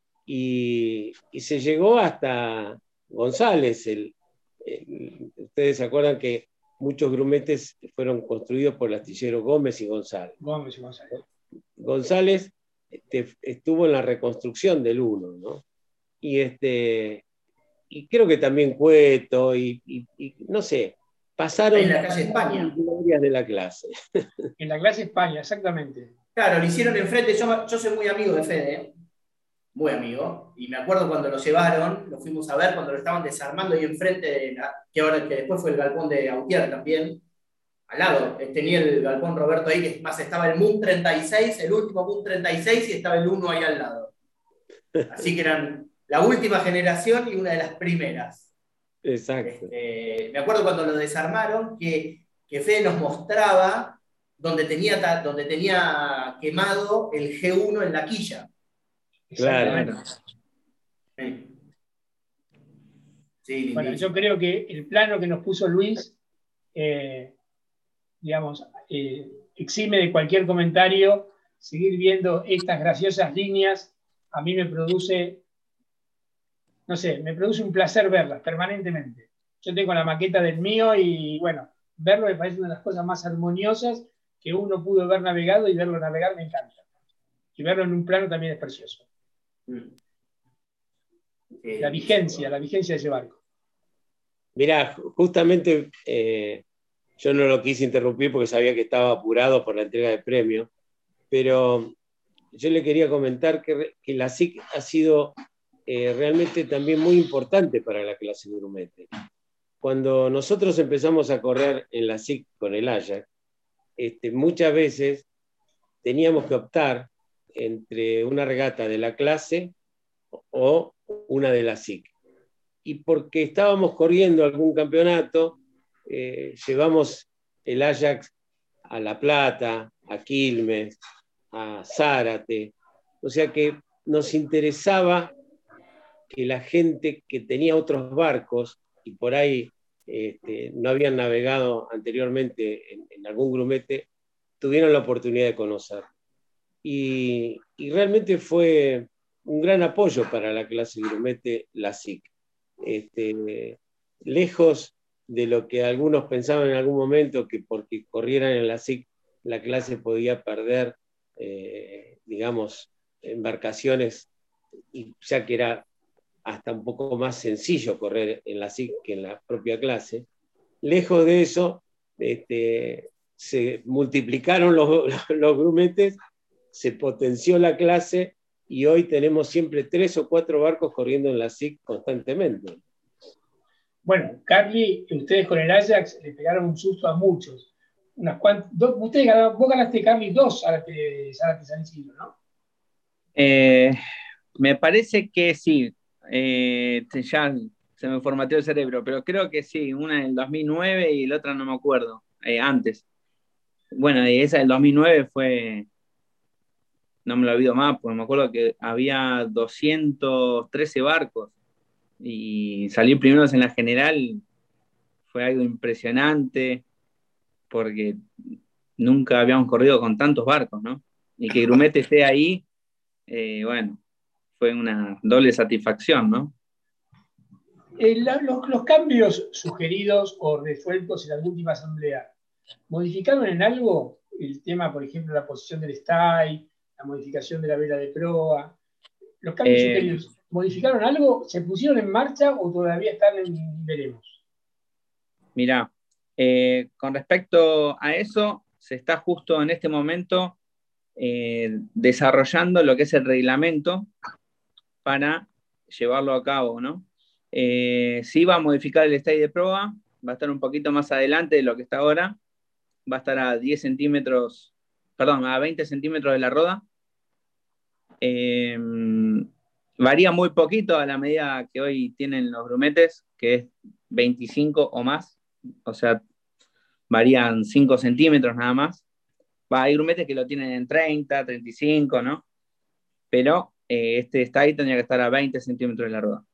Y, y se llegó hasta González. El, el, ustedes se acuerdan que muchos grumetes fueron construidos por el astillero Gómez y González. Gómez y González. González este, estuvo en la reconstrucción del uno, ¿no? Y, este, y creo que también Cueto, y, y, y no sé, pasaron en la calle España. Glorias de la clase. En la clase España, exactamente. Claro, lo hicieron enfrente. Yo, yo soy muy amigo de Fede, muy amigo, y me acuerdo cuando lo llevaron, lo fuimos a ver cuando lo estaban desarmando ahí enfrente, de la, que, ahora, que después fue el galpón de Autier también, al lado. Tenía el galpón Roberto ahí, que más estaba el Moon treinta y seis, el último Moon treinta y seis, y estaba el uno ahí al lado. Así que eran la última generación y una de las primeras. Exacto. Este, me acuerdo cuando lo desarmaron, que, que Fede nos mostraba donde tenía, donde tenía quemado el G uno en la quilla. Claro. Sí. Sí, bueno, yo creo que el plano que nos puso Luis, eh, digamos, eh, exime de cualquier comentario. Seguir viendo estas graciosas líneas a mí me produce, no sé, me produce un placer verlas permanentemente. Yo tengo la maqueta del mío y, bueno, verlo me parece una de las cosas más armoniosas que uno pudo haber navegado, y verlo navegar me encanta. Y verlo en un plano también es precioso. La vigencia, la vigencia de ese barco. Mirá, justamente eh, yo no lo quise interrumpir porque sabía que estaba apurado por la entrega de premios, pero yo le quería comentar que, que la S I C ha sido eh, realmente también muy importante para la clase grumete, cuando nosotros empezamos a correr en la S I C con el Ajax, este, muchas veces teníamos que optar entre una regata de la clase o una de la S I C. Y porque estábamos corriendo algún campeonato, eh, llevamos el Ajax a La Plata, a Quilmes, a Zárate. O sea que nos interesaba que la gente que tenía otros barcos y por ahí este, no habían navegado anteriormente en, en algún grumete, tuvieran la oportunidad de conocer. Y, y realmente fue un gran apoyo para la clase grumete, la S I C. Este, lejos de lo que algunos pensaban en algún momento, que porque corrieran en la S I C la clase podía perder, eh, digamos, embarcaciones, y ya que era hasta un poco más sencillo correr en la S I C que en la propia clase. Lejos de eso, este, se multiplicaron los, los grumetes, se potenció la clase y hoy tenemos siempre tres o cuatro barcos corriendo en la S I C constantemente. Bueno, Carly, ustedes con el Ajax le pegaron un susto a muchos. Unas cuantas, dos, ustedes ganaron, vos ganaste, Carly, dos Zárate San Isidro, ¿no? Eh, me parece que sí. Eh, ya se me formateó el cerebro, pero creo que sí, una en el dos mil nueve y la otra no me acuerdo, eh, antes. Bueno, y esa del dos mil nueve fue, no me lo olvido más, porque me acuerdo que había doscientos trece barcos y salir primeros en la general fue algo impresionante, porque nunca habíamos corrido con tantos barcos, ¿no? Y que Grumete esté ahí, eh, bueno, fue una doble satisfacción, ¿no? Eh, la, los, los cambios sugeridos o resueltos en la última asamblea, ¿modificaron en algo el tema, por ejemplo, la posición del stay, la modificación de la vela de proa? ¿Los cambios Eh, sugeridos modificaron algo? ¿Se pusieron en marcha o todavía están en veremos? Mirá, eh, con respecto a eso, se está justo en este momento eh, desarrollando lo que es el reglamento para llevarlo a cabo, ¿no? Eh, sí va a modificar el stay de proa, va a estar un poquito más adelante de lo que está ahora, va a estar a diez centímetros, perdón, a veinte centímetros de la roda. Eh, varía muy poquito a la medida que hoy tienen los grumetes, que es veinticinco o más, o sea, varían cinco centímetros nada más. Va, hay grumetes que lo tienen en treinta, treinta y cinco, ¿no? Pero eh, este stay tendría que estar a veinte centímetros de la roda.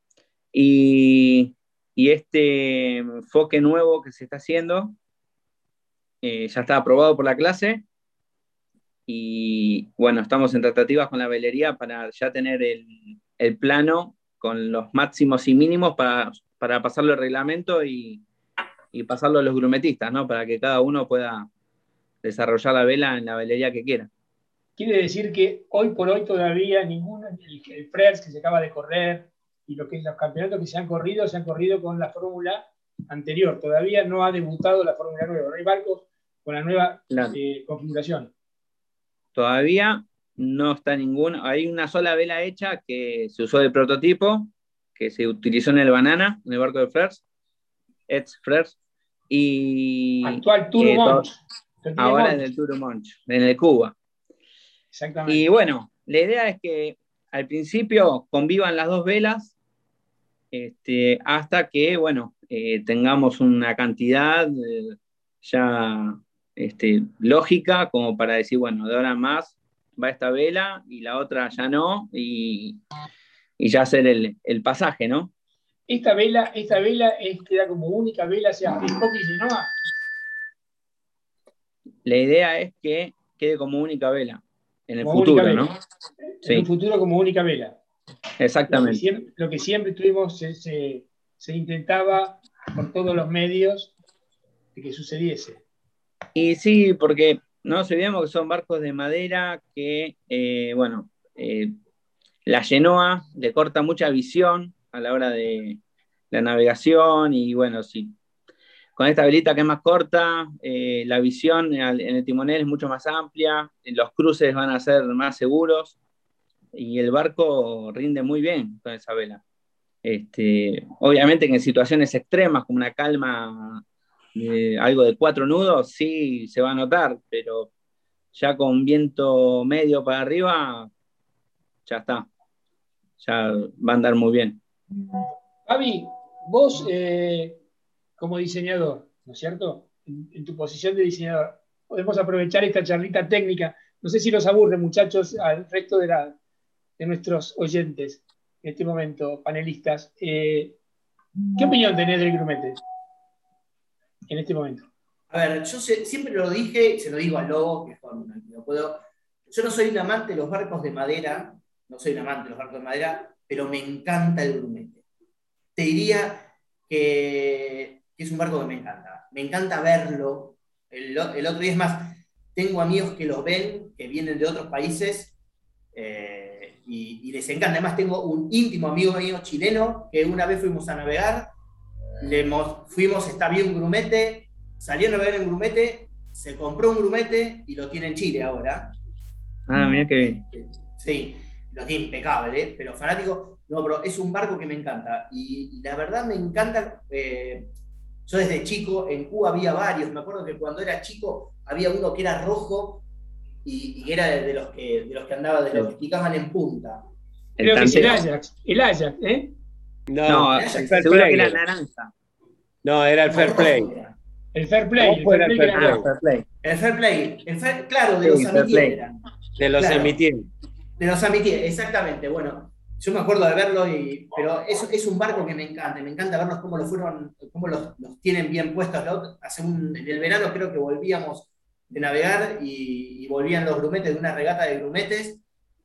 Y, y este enfoque nuevo que se está haciendo eh, ya está aprobado por la clase y bueno, estamos en tratativas con la velería para ya tener el, el plano con los máximos y mínimos para, para pasarlo al reglamento y, y pasarlo a los grumetistas, ¿no? Para que cada uno pueda desarrollar la vela en la velería que quiera. Quiere decir que hoy por hoy todavía ninguno, el, el Frears que se acaba de correr y lo que, los campeonatos que se han corrido, se han corrido con la fórmula anterior. Todavía no ha debutado la fórmula nueva. No hay barcos con la nueva claro. eh, configuración. Todavía no está ninguna. Hay una sola vela hecha que se usó de prototipo, que se utilizó en el Banana, en el barco de Frears, ex Frears. Y actual Turumont. Eh, ahora en el Turumont, en el Cuba. Exactamente. Y bueno, la idea es que al principio convivan las dos velas este, hasta que, bueno, eh, tengamos una cantidad eh, ya este, lógica como para decir, bueno, de ahora en más va esta vela y la otra ya no, y, y ya hacer el, el pasaje, ¿no? Esta vela, esta vela es, queda como única vela, sea Fiscoque y Genoa. La idea es que quede como única vela. En el como futuro, ¿no? En sí. el futuro como única vela. Exactamente. Lo que siempre, lo que siempre tuvimos, se, se, se intentaba por todos los medios de que sucediese. Y sí, porque no nos olvidemos que son barcos de madera que, eh, bueno, eh, la Genoa le corta mucha visión a la hora de la navegación y bueno, si con esta velita que es más corta, eh, la visión en el timonel es mucho más amplia, los cruces van a ser más seguros y el barco rinde muy bien con esa vela. Este, obviamente que en situaciones extremas, como una calma, eh, algo de cuatro nudos, sí se va a notar, pero ya con viento medio para arriba, ya está. Ya va a andar muy bien. Fabi, vos eh, como diseñador, ¿no es cierto? En, en tu posición de diseñador, podemos aprovechar esta charlita técnica. No sé si los aburre, muchachos, al resto de, la, de nuestros oyentes en este momento, panelistas. Eh, ¿Qué opinión tenés del grumete en este momento? A ver, yo sé- siempre lo dije, y se lo digo al Lobo, que es con el que lo puedo. Yo no soy un amante de los barcos de madera, no soy un amante de los barcos de madera, pero me encanta el grumete. Te diría que, que es un barco que me encanta. Me encanta verlo. El, o- el otro día, es más, tengo amigos que los ven, que vienen de otros países, eh, y, y les encanta. Además, tengo un íntimo amigo mío chileno que una vez fuimos a navegar, le mo- fuimos, está bien un grumete, salió a navegar en grumete, se compró un grumete y lo tiene en Chile ahora. Ah, mira que bien. Sí, lo tiene impecable, ¿eh? Pero fanático, no, pero es un barco que me encanta. Y, y la verdad me encanta. eh, yo desde chico, en Cuba había varios. Me acuerdo que cuando era chico había uno que era rojo y, y era de, de los que, de los que andaba, de los que picaban en punta. El Creo que es el tanteo. Ajax, el Ajax, ¿eh? No, No, el Ajax, fair seguro play que era era. naranja. No, era el No, fair rojo play. era. El fair play, el Rojo fair era el play que fair era Ah, play. fair play. El fair play, el fair- claro, de Sí, los fair Amitié play. eran. De los Claro. Amitié. De los Amitié, exactamente. Bueno, yo me acuerdo de verlo, y, pero es, es un barco que me encanta. Me encanta verlos cómo lo fueron, cómo los, los tienen bien puestos. ¿No? Hace un, en el verano creo que volvíamos de navegar y, y volvían los grumetes de una regata de grumetes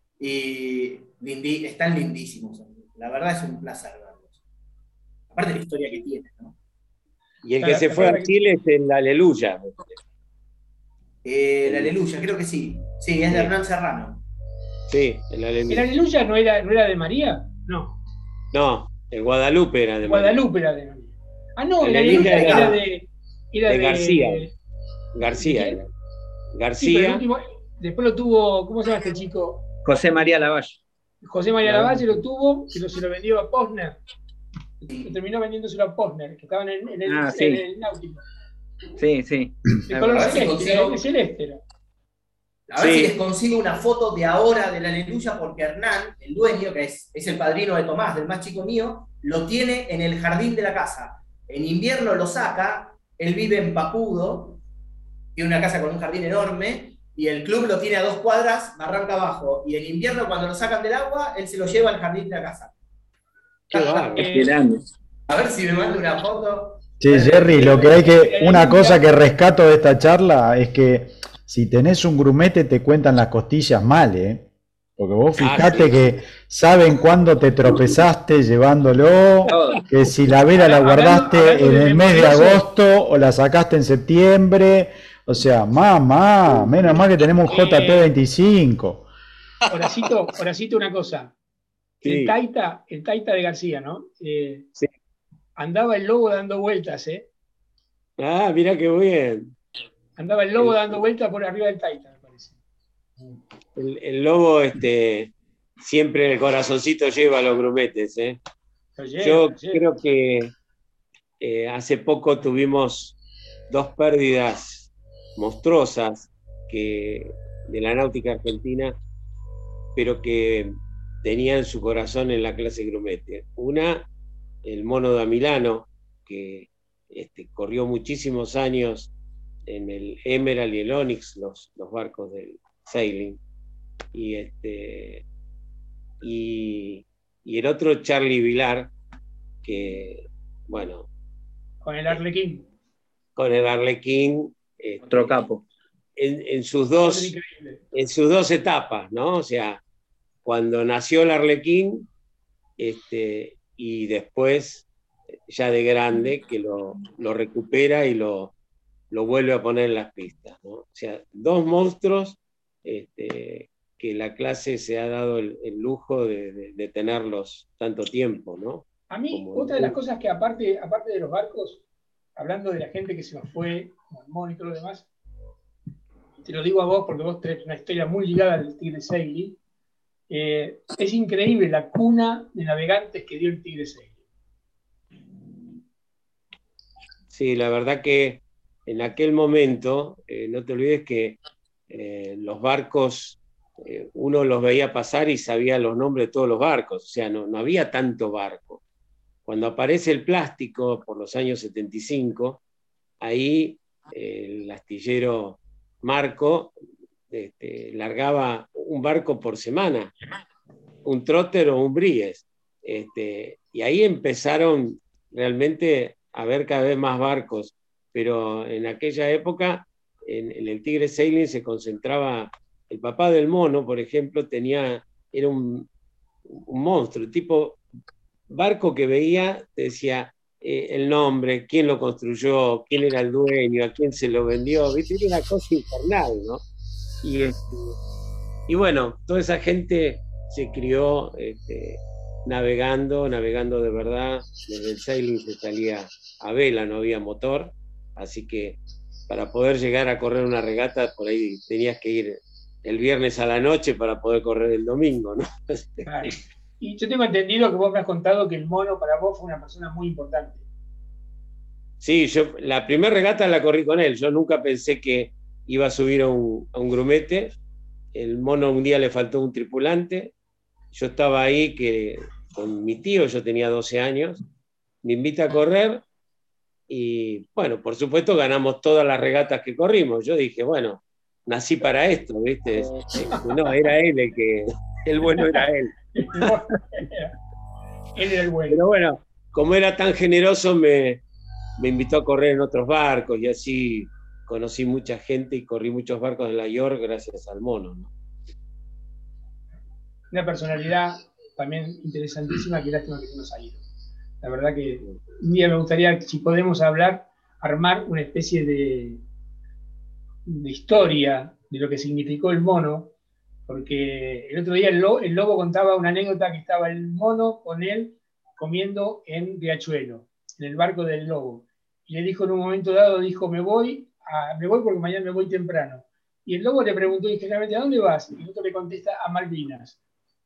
y lindi- están lindísimos. La verdad es un placer verlos. Aparte de la historia que tienen, ¿no? Y el La- que se la fue a verdad que- Chile es el Aleluya. Eh, el Aleluya, creo que sí. Sí, es de Sí. Hernán Serrano. Sí, el ¿El Aleluya. Aleluya no era, no era de María? No, No, el Guadalupe era de María. Guadalupe era de María. Ah, no, El el Aleluya Aleluya era era de. Era de de García. ¿de García quién? era. Sí, pero el García. último. Después lo tuvo. ¿Cómo se llama este chico? José María Lavalle. José María Lavalle. Lavalle lo tuvo, que lo, se lo vendió a Posner. Lo terminó vendiéndoselo a Posner, que estaban en, en el, Ah, sí. en el náutico. Sí, sí. De Es color verdad. A ver si celeste, era consigo- de celeste era. A ver Sí. si les consigo una foto de ahora del Aleluya, porque Hernán, el dueño, que es, es el padrino de Tomás, del más chico mío, lo tiene en el jardín de la casa. En invierno lo saca, él vive en Papudo, tiene una casa con un jardín enorme, y el club lo tiene a dos cuadras, barranca abajo. Y en invierno, cuando lo sacan del agua, él se lo lleva al jardín de la casa. Qué bárbaro. Qué grande. A ver si me manda una foto. Sí, Bueno, Jerry, lo que hay que, el una Aleluya- cosa que rescato de esta charla es que si tenés un grumete te cuentan las costillas mal, ¿eh? Porque vos Ah, fijate sí. que saben cuándo te tropezaste llevándolo, Todo. que si la vela la Hablando- guardaste hablando en de el mes de memorioso. agosto o la sacaste en septiembre. O sea, mamá, menos mal que tenemos un J P veinticinco. Horacito, Horacito, una cosa. Sí. El Taita, el Taita de García, ¿no? Eh, Sí. Andaba el lobo dando vueltas, ¿eh? Ah, mira qué bien. Andaba el lobo El- dando vueltas por arriba del Taita, me parece. El, el lobo, este, siempre el corazoncito lleva a los grumetes, ¿eh? Lo lleva, Yo lo lleva. creo que eh, hace poco tuvimos dos pérdidas monstruosas que, de la náutica argentina, pero que tenían su corazón en la clase grumete. Una, el Mono da Milano, que este, corrió muchísimos años en el Emerald y el Onyx, los, los barcos del sailing. Y, este, y, y el otro, Charlie Vilar, que, bueno, Con el Arlequín. con el Arlequín, este, Otro capo. en, en sus Otro dos, increíble. en sus dos etapas, ¿no? O sea, cuando nació el Arlequín, este, y después, ya de grande, que lo, lo recupera y lo, lo vuelve a poner en las pistas, ¿no? O sea, dos monstruos este, que la clase se ha dado el, el lujo de, de, de tenerlos tanto tiempo, ¿no? A mí, Como otra de las el- cosas que aparte, aparte de los barcos, hablando de la gente que se nos fue, Mormón y todo lo demás, te lo digo a vos porque vos tenés una historia muy ligada al Tigre Sailing. Eh, es increíble la cuna de navegantes que dio el Tigre Sailing. Sí, la verdad que en aquel momento, eh, no te olvides que eh, los barcos, eh, uno los veía pasar y sabía los nombres de todos los barcos, o sea, no, no había tanto barco. Cuando aparece el plástico por los años setenta y cinco, ahí eh, el astillero Marco este, largaba un barco por semana, un trotter o un Bries. Este, y ahí empezaron realmente a ver cada vez más barcos, pero en aquella época en, en el Tigre Sailing se concentraba, el papá del mono, por ejemplo, tenía, era un, un monstruo, tipo barco que veía, te decía eh, el nombre, quién lo construyó, quién era el dueño, a quién se lo vendió, ¿viste? Era una cosa infernal, ¿no? Y, este, y bueno, toda esa gente se crió este, navegando, navegando de verdad. Desde el sailing se salía a vela, no había motor, así que para poder llegar a correr una regata, por ahí tenías que ir el viernes a la noche para poder correr el domingo, ¿no? Claro. Y yo tengo entendido que vos me has contado que el mono para vos fue una persona muy importante. Sí, yo la primera regata la corrí con él, yo nunca pensé que iba a subir a un, a un grumete. El mono un día le faltó un tripulante, yo estaba ahí que, con mi tío, yo tenía doce años, me invita a correr y bueno, por supuesto ganamos todas las regatas que corrimos. Yo dije, bueno, nací para esto, ¿viste? No, era él el que, el bueno era él. Él era el bueno. Pero bueno, como era tan generoso, me, me invitó a correr en otros barcos y así conocí mucha gente y corrí muchos barcos de la York gracias al mono, ¿no? Una personalidad también interesantísima, que lástima que se nos ha ido. La verdad que un día me gustaría, si podemos hablar, armar una especie de, de historia de lo que significó el mono, porque el otro día el lobo, el lobo contaba una anécdota que estaba el mono con él comiendo en Riachuelo, en el barco del lobo. Y le dijo en un momento dado, dijo, me voy, a, me voy porque mañana me voy temprano. Y el lobo le preguntó ingenuamente, ¿a dónde vas? Y el otro le contesta, a Malvinas.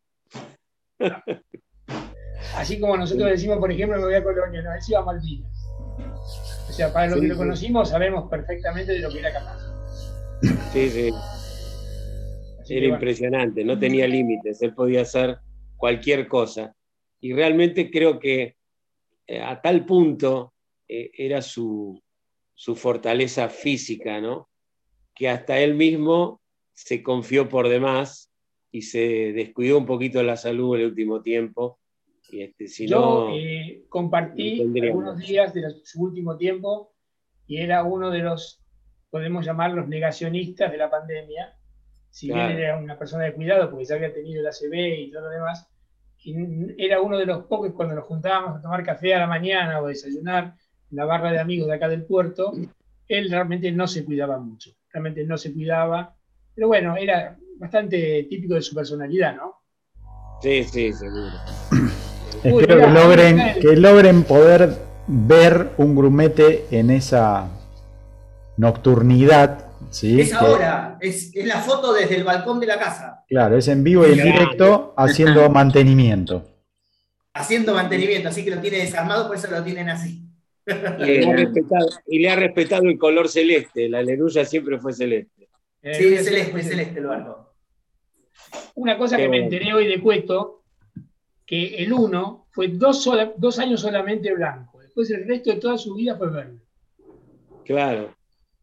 Así como nosotros decimos, por ejemplo, me voy a Colonia, no, él se iba a Malvinas. O sea, para los sí, que lo conocimos sabemos perfectamente de lo que era capaz. Sí, sí. Así era impresionante, bueno, no tenía límites, él podía hacer cualquier cosa. Y realmente creo que eh, a tal punto eh, era su, su fortaleza física, ¿no? Que hasta él mismo se confió por demás y se descuidó un poquito la salud en el último tiempo. Y este, si Yo no, eh, compartí no algunos días de su último tiempo y era uno de los, podemos llamarlos negacionistas de la pandemia. Si claro. bien era una persona de cuidado, porque ya había tenido el A C V y todo lo demás, y era uno de los pocos cuando nos juntábamos a tomar café a la mañana o desayunar en la barra de amigos de acá del puerto, él realmente no se cuidaba mucho, realmente no se cuidaba, pero bueno, era bastante típico de su personalidad, ¿no? Sí, sí, seguro. Espero Uy, mira, que, logren, que logren poder ver un grumete en esa nocturnidad. ¿Sí? Es ahora, es, es la foto desde el balcón de la casa. Claro, es en vivo y en directo haciendo mantenimiento. Haciendo mantenimiento, así que lo tiene desarmado, por eso lo tienen así. Y le ha respetado, y le ha respetado el color celeste, la aleluya siempre fue celeste. Sí, es celeste, es celeste el barco. Una cosa Qué que bueno. me enteré hoy de Cueto, que el uno fue dos, sola, dos años solamente blanco, después el resto de toda su vida fue verde. Claro.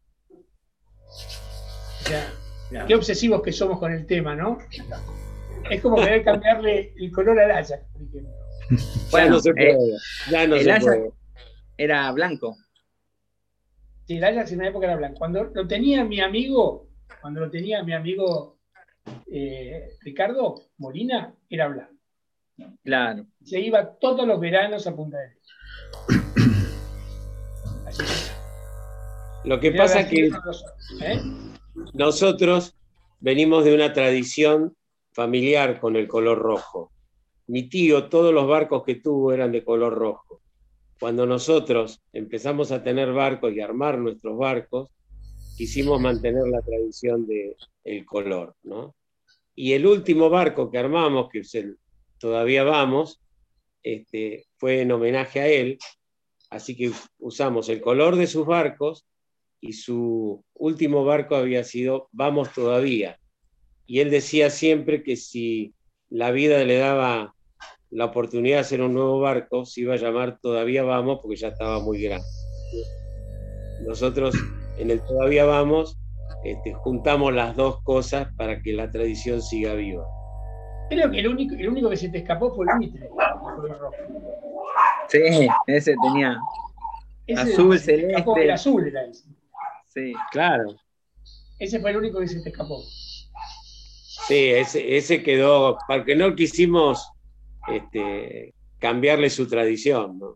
O sea, claro. Qué obsesivos que somos con el tema, ¿no? Es como querer cambiarle el color al Ajax, por ejemplo. Bueno, ya no se puede. Eh, ya no el se Ajax puede. Era blanco. Sí, el Ajax en una época era blanco. Cuando lo tenía mi amigo, cuando lo tenía mi amigo eh, Ricardo Molina, era blanco. Claro. Se iba todos los veranos a Punta del Este. Así que, lo que pasa es que ¿eh? nosotros venimos de una tradición familiar con el color rojo. Mi tío, todos los barcos que tuvo eran de color rojo. Cuando nosotros empezamos a tener barcos y armar nuestros barcos, quisimos mantener la tradición del color, ¿no? y el último barco que armamos, que es el Todavía Vamos, este, fue en homenaje a él, así que usamos el color de sus barcos y su último barco había sido Vamos Todavía. Y él decía siempre que si la vida le daba la oportunidad de hacer un nuevo barco, se iba a llamar Todavía Vamos porque ya estaba muy grande. Nosotros en el Todavía Vamos este, juntamos las dos cosas para que la tradición siga viva. Creo que el único, el único que se te escapó fue el Mitre, el color rojo. Sí, ese tenía Ese azul, se te escapó, celeste. el azul era ese. Sí. Claro. Ese fue el único que se te escapó. Sí, ese, ese quedó, porque no quisimos este, cambiarle su tradición, ¿no?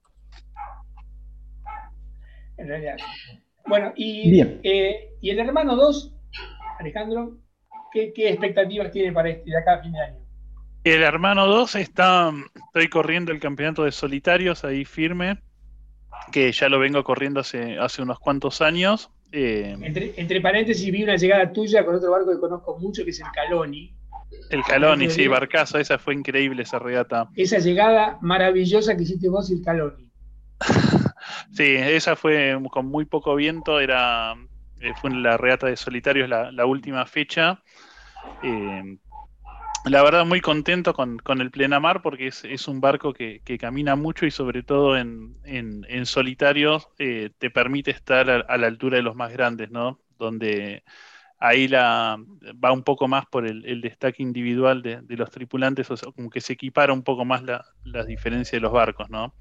En realidad. Bueno, y, Bien. eh, y el hermano dos, Alejandro, ¿qué, qué expectativas tiene para este de acá a fin de año? El hermano dos está, estoy corriendo el campeonato de solitarios ahí firme, que ya lo vengo corriendo hace, hace unos cuantos años. Eh, Entre, entre paréntesis, vi una llegada tuya con otro barco que conozco mucho, que es el Caloni. el Caloni, sí, barcazo, esa fue increíble esa regata. Esa llegada maravillosa que hiciste vos y el Caloni. Sí, esa fue con muy poco viento, era, fue en la regata de solitarios la, la última fecha. Eh, La verdad, muy contento con, con el Plenamar porque es, es un barco que, que camina mucho y sobre todo en, en, en solitarios eh, te permite estar a, a la altura de los más grandes, ¿no? Donde ahí la, va un poco más por el, el destaque individual de, de los tripulantes, o sea, como que se equipara un poco más la, la diferencia de los barcos, ¿no?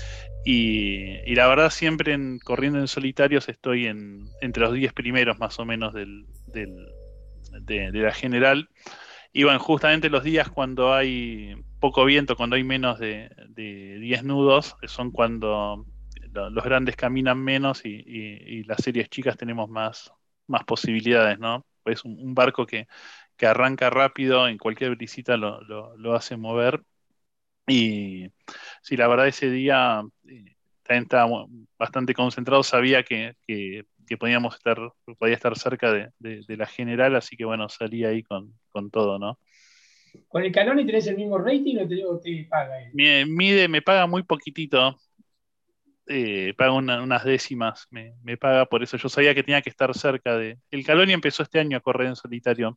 Y, y la verdad, siempre en, corriendo en solitarios estoy en, entre los diez primeros más o menos del, del, de, de la general. Y bueno, justamente los días cuando hay poco viento, cuando hay menos de, de diez nudos, son cuando lo, los grandes caminan menos y, y, y las series chicas tenemos más, más posibilidades, ¿no? Es un, un barco que, que arranca rápido, en cualquier brisita lo, lo, lo hace mover. Y sí, la verdad ese día eh, también estaba bastante concentrado, sabía que, que, que podíamos estar, podía estar cerca de, de, de la general, así que bueno, salí ahí con, con todo, ¿no? ¿Con el Caloni tenés el mismo rating o te, o te paga él? Me, mide, me paga muy poquitito, eh, paga una, unas décimas, me, me paga por eso, yo sabía que tenía que estar cerca de... El Caloni empezó este año a correr en solitario,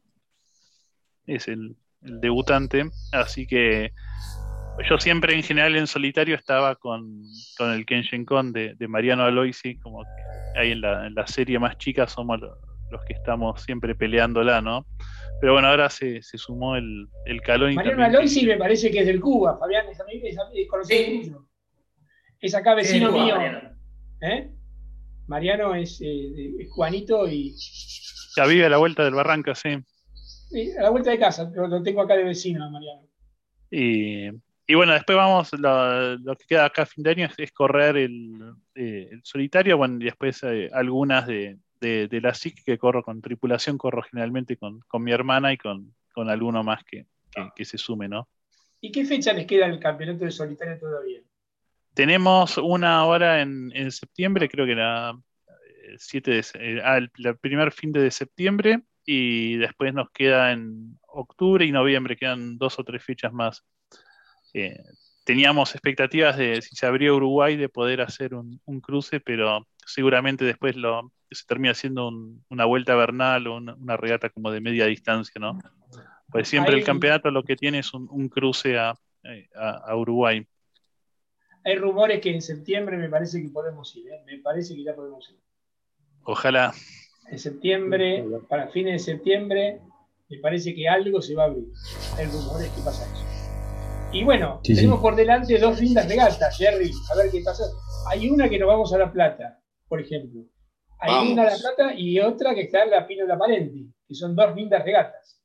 es el, el debutante, así que yo siempre en general en solitario estaba con, con el Kenshin-Kon de, de Mariano Aloisi, como que ahí en la, en la serie más chica somos los, los que estamos siempre peleándola, ¿no? Pero bueno, ahora se, se sumó el, el Caloni. Mariano Aloisi que... me parece que es del Cuba, Fabián, es, es, es conocido tuyo. Es acá vecino sí, mío. Mariano. ¿Eh? Mariano es, eh, es Juanito y... Ya vive a la vuelta del Barranca, sí. sí a la vuelta de casa, pero lo tengo acá de vecino, Mariano. Y... Y bueno, después vamos, lo, lo que queda acá a fin de año es, es correr el, eh, el solitario, bueno, y después eh, algunas de, de, de la S I C que corro con tripulación, corro generalmente con, con mi hermana y con, con alguno más que, que, que se sume, ¿no? ¿Y qué fecha les queda el campeonato de solitario todavía? Tenemos una hora en, en septiembre, creo que era siete de, eh, ah, el, el primer fin de septiembre, y después nos queda en octubre y noviembre, quedan dos o tres fechas más. Eh, teníamos expectativas de, si se abrió Uruguay, de poder hacer un, un cruce, pero seguramente después lo, se termina haciendo un, una vuelta vernal o una, una regata como de media distancia, ¿no? Pues siempre hay, el campeonato lo que tiene es un, un cruce a, a, a Uruguay. Hay rumores que en septiembre me parece que podemos ir, ¿eh? Me parece que ya podemos ir. Ojalá. En septiembre, para fines de septiembre, me parece que algo se va a abrir. Hay rumores que pasa eso. Y bueno, sí, tenemos sí. por delante dos lindas regatas, Jerry, a ver qué pasa. Hay una que nos vamos a La Plata, por ejemplo. Hay vamos. una a La Plata y otra que está en la Pino de la Palenti, que son dos lindas regatas.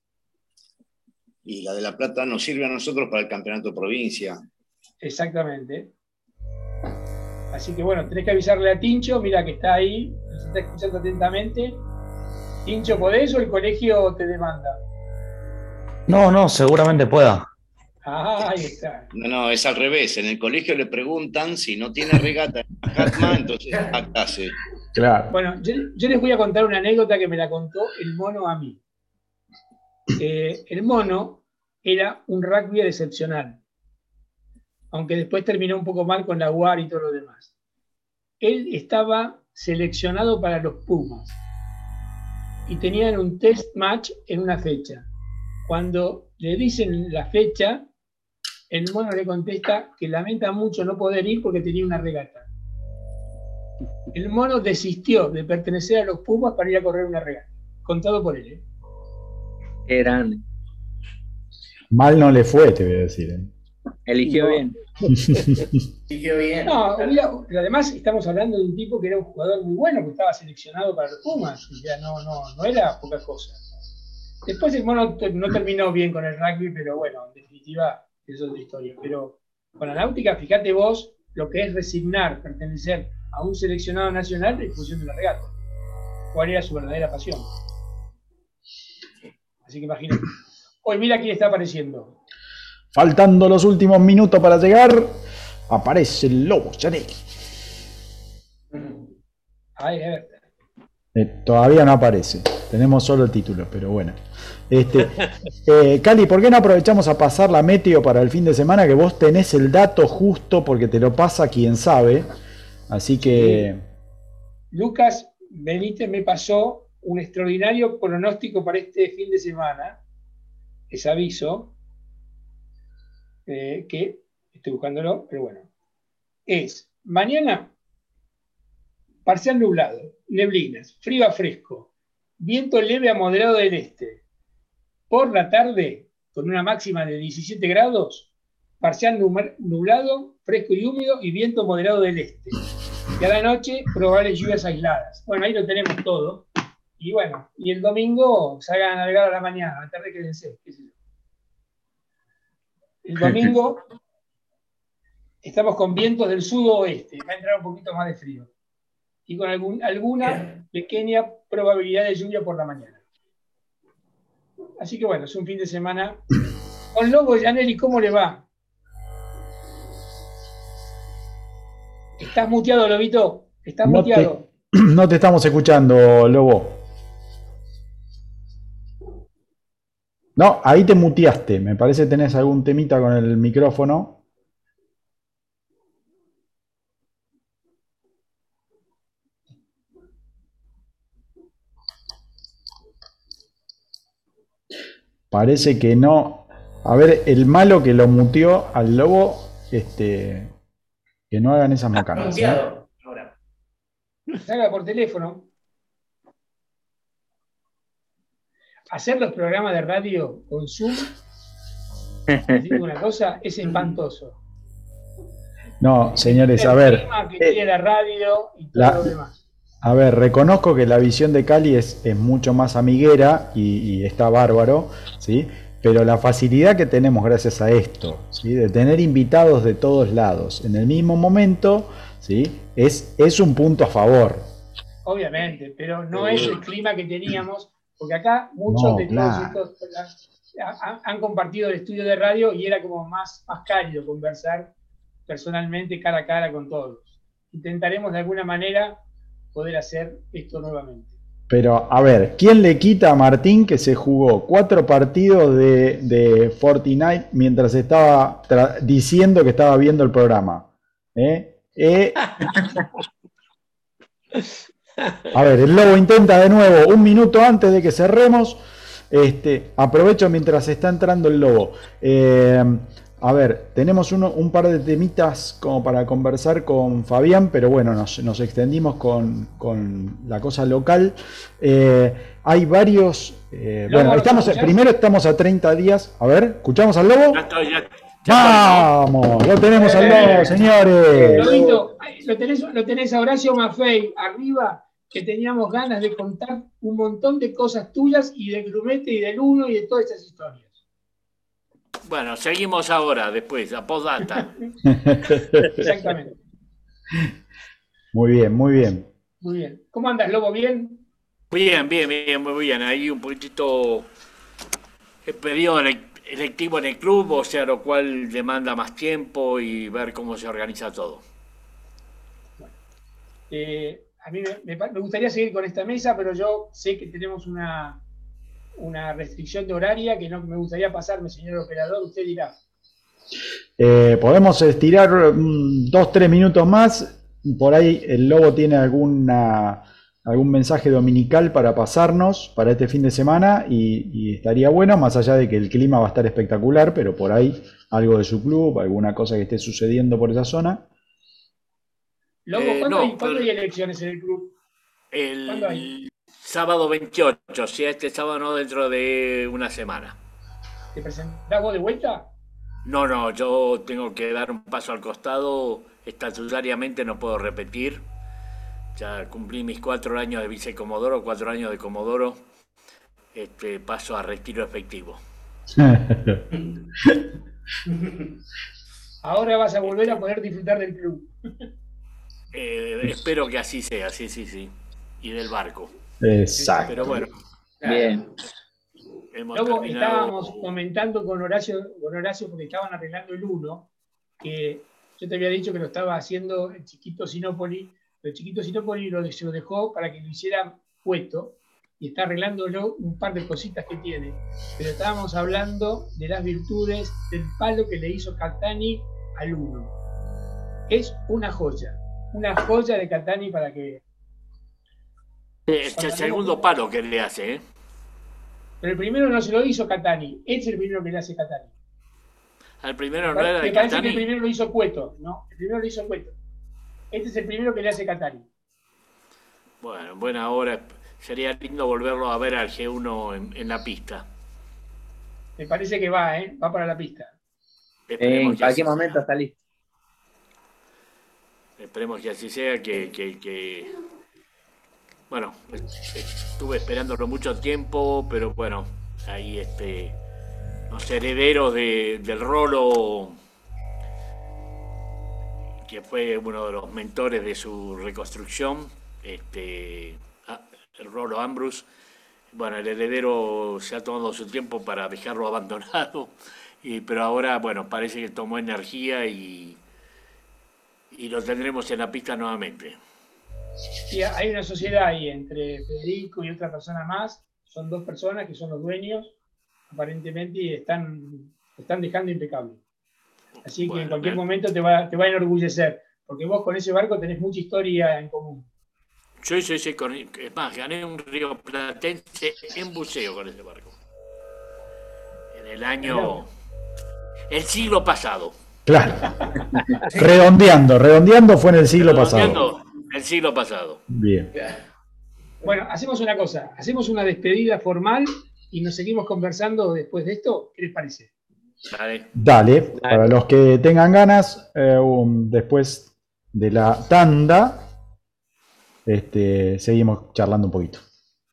Y la de La Plata nos sirve a nosotros para el campeonato de provincia. Exactamente. Así que bueno, tenés que avisarle a Tincho, mira que está ahí, nos está escuchando atentamente. Tincho, ¿podés o el colegio te demanda? No, no, seguramente pueda. Ah, ahí está. No, no, es al revés. En el colegio le preguntan si no tiene regata en Hatma, entonces acá sí. Claro. Bueno, yo, yo les voy a contar una anécdota que me la contó el mono a mí. eh, el mono era un rugby excepcional, aunque después terminó un poco mal con la U A R y todo lo demás. Él estaba seleccionado para los Pumas y tenían un test match en una fecha. Cuando le dicen la fecha, el mono le contesta que lamenta mucho no poder ir porque tenía una regata. El mono desistió de pertenecer a los Pumas para ir a correr una regata. Contado por él, ¿eh? Qué grande. Mal no le fue, te voy a decir. ¿eh? Eligió No. bien. Eligió bien. No, mira, además estamos hablando de un tipo que era un jugador muy bueno, que estaba seleccionado para los Pumas. O sea, no, no, no era poca cosa. Después el mono no terminó bien con el rugby, pero bueno, en definitiva es otra historia. Pero con la náutica, fíjate vos lo que es resignar, pertenecer a un seleccionado nacional en función de la regata. ¿Cuál era su verdadera pasión? Así que imagínate. Hoy mira quién está apareciendo. Faltando los últimos minutos para llegar, aparece el Lobo Chanelli. Ay, a ver. Eh, todavía no aparece, tenemos solo el título, pero bueno. Este, eh, Cali, ¿por qué no aprovechamos a pasar la meteo para el fin de semana? Que vos tenés el dato justo porque te lo pasa quien sabe. Así que... Lucas Benítez me pasó un extraordinario pronóstico para este fin de semana. Les aviso eh, que estoy buscándolo, pero bueno. Es mañana parcial nublado, neblinas, frío a fresco, viento leve a moderado del este. Por la tarde, con una máxima de diecisiete grados, parcial nublado, fresco y húmedo y viento moderado del este. Y a la noche, probables lluvias aisladas. Bueno, ahí lo tenemos todo. Y bueno, y el domingo salgan a navegar a la mañana, a la tarde quédense, qué sé yo. El domingo estamos con vientos del sudoeste, va a entrar un poquito más de frío. Y con algún, alguna pequeña probabilidad de lluvia por la mañana. Así que bueno, es un fin de semana. Con Lobo Janelli, ¿cómo le va? ¿Estás muteado, Lobito? ¿Estás no muteado? Te, no te estamos escuchando, Lobo. No, ahí te muteaste. Me parece que tenés algún temita con el micrófono. Parece que no. A ver, el malo que lo muteó al Lobo, este, que no hagan esas macanas. ¿eh? Ahora. Salga por teléfono. Hacer los programas de radio con Zoom, les digo una cosa, es espantoso. No, señores, a ver. Que tiene la radio y todo la, lo demás. A ver, reconozco que la visión de Cali es, es mucho más amiguera y, y está bárbaro, ¿sí? Pero la facilidad que tenemos gracias a esto, ¿sí? De tener invitados de todos lados en el mismo momento, ¿sí? Es, es un punto a favor. Obviamente, pero no es el clima que teníamos, porque acá muchos No, de claro. todos estos han, han compartido el estudio de radio y era como más, más cálido conversar personalmente, cara a cara con todos. Intentaremos de alguna manera poder hacer esto nuevamente. Pero, a ver, ¿quién le quita a Martín que se jugó cuatro partidos de, de Fortnite mientras estaba diciendo que estaba viendo el programa? ¿Eh? ¿Eh? A ver, el Lobo intenta de nuevo, un minuto antes de que cerremos. Este, aprovecho mientras está entrando el Lobo. Eh, a ver, tenemos uno, un par de temitas como para conversar con Fabián, pero bueno, nos, nos extendimos con, con la cosa local. Eh, hay varios... Eh, bueno, estamos, primero estamos a treinta días. A ver, ¿escuchamos al Lobo? Ya estoy, ya, ya ¡Vamos! Estoy, ¿no? Lo tenemos eh, al Lobo, señores. Lobito, lo tenés, lo tenés a Horacio Maffei arriba, que teníamos ganas de contar un montón de cosas tuyas y de Grumete y del Uno y de todas esas historias. Bueno, seguimos ahora, después, a postdata. Exactamente. Muy bien, muy bien. Muy bien. ¿Cómo andas, Lobo? ¿Bien? Bien, bien, bien, muy bien. Ahí un poquitito el periodo electivo en el club, o sea, lo cual demanda más tiempo y ver cómo se organiza todo. Bueno, eh, a mí me, me, me gustaría seguir con esta mesa, pero yo sé que tenemos una, una restricción de horaria que no me gustaría pasarme, señor operador, usted dirá. Eh, podemos estirar um, dos, tres minutos más. Por ahí el Lobo tiene alguna, algún mensaje dominical para pasarnos para este fin de semana y, y estaría bueno, más allá de que el clima va a estar espectacular, pero por ahí algo de su club, alguna cosa que esté sucediendo por esa zona. Lobo, Eh, ¿cuándo, no, hay, ¿cuándo pero- hay elecciones en el club? ¿Cuándo El hay? sábado veintiocho, si este sábado no, dentro de una semana. ¿Te presentás vos de vuelta? No, no, yo tengo que dar un paso al costado, estatutariamente no puedo repetir. Ya cumplí mis cuatro años de vicecomodoro, cuatro años de comodoro. Este, paso a retiro efectivo. Ahora vas a volver a poder disfrutar del club. Eh, espero que así sea, sí, sí, sí. Y del barco. Exacto. Pero bueno, Bien. hemos Luego terminado. estábamos comentando con Horacio, con Horacio porque estaban arreglando el uno, que yo te había dicho que lo estaba haciendo el chiquito Sinopoli, pero el chiquito Sinopoli lo, se lo dejó para que lo hiciera Cueto y está arreglándolo un par de cositas que tiene. Pero estábamos hablando de las virtudes del palo que le hizo Catani al uno. Es una joya, una joya de Catani para que... Es el segundo palo que le hace, ¿eh? Pero el primero no se lo hizo Catani, es el primero que le hace Catani. Al primero no era Me de parece que el Catani. primero lo hizo Cueto, ¿no? El primero lo hizo Cueto. Este es el primero que le hace Catani. Bueno, en buena hora. Sería lindo volverlo a ver al G uno en, en la pista. Me parece que va, ¿eh? Va para la pista. Esperemos En que así cualquier momento sea. está listo. Esperemos que así sea, que, que, que... Bueno, estuve esperándolo mucho tiempo, pero bueno, ahí este, los herederos de, del Rolo, que fue uno de los mentores de su reconstrucción, este, ah, el Rolo Ambrus, bueno, el heredero se ha tomado su tiempo para dejarlo abandonado, y, pero ahora, bueno, parece que tomó energía y, y lo tendremos en la pista nuevamente. Sí, hay una sociedad ahí entre Federico y otra persona más. Son dos personas que son los dueños, aparentemente, y están, están dejando impecable. Así que Bueno, en cualquier bien. momento te va, te va a enorgullecer, porque vos con ese barco tenés mucha historia en común. Yo, yo, yo, con, es más, gané un río platense en buceo con ese barco. En el año... El siglo pasado. Claro. Redondeando, redondeando fue en el siglo pasado. Redondeando, El siglo pasado. Bien. Bueno, hacemos una cosa, hacemos una despedida formal y nos seguimos conversando después de esto. ¿Qué les parece? Vale. Dale, para los que tengan ganas, eh, um, después de la tanda, este, seguimos charlando un poquito.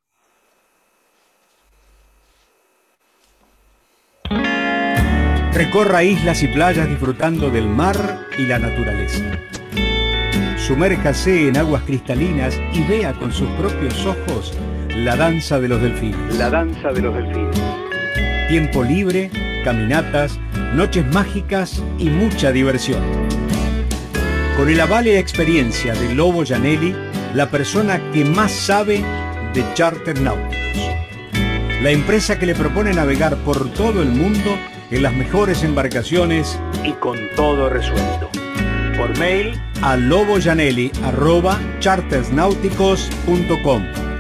Recorra islas y playas disfrutando del mar y la naturaleza. Sumérjase en aguas cristalinas y vea con sus propios ojos la danza de los delfines. La danza de los delfines. Tiempo libre, caminatas, noches mágicas y mucha diversión. Con el aval y la experiencia de Lobo Janelli, la persona que más sabe de charter náuticos. La empresa que le propone navegar por todo el mundo en las mejores embarcaciones y con todo resuelto. Por mail a lobojanelli arroba chartersnáuticos punto com.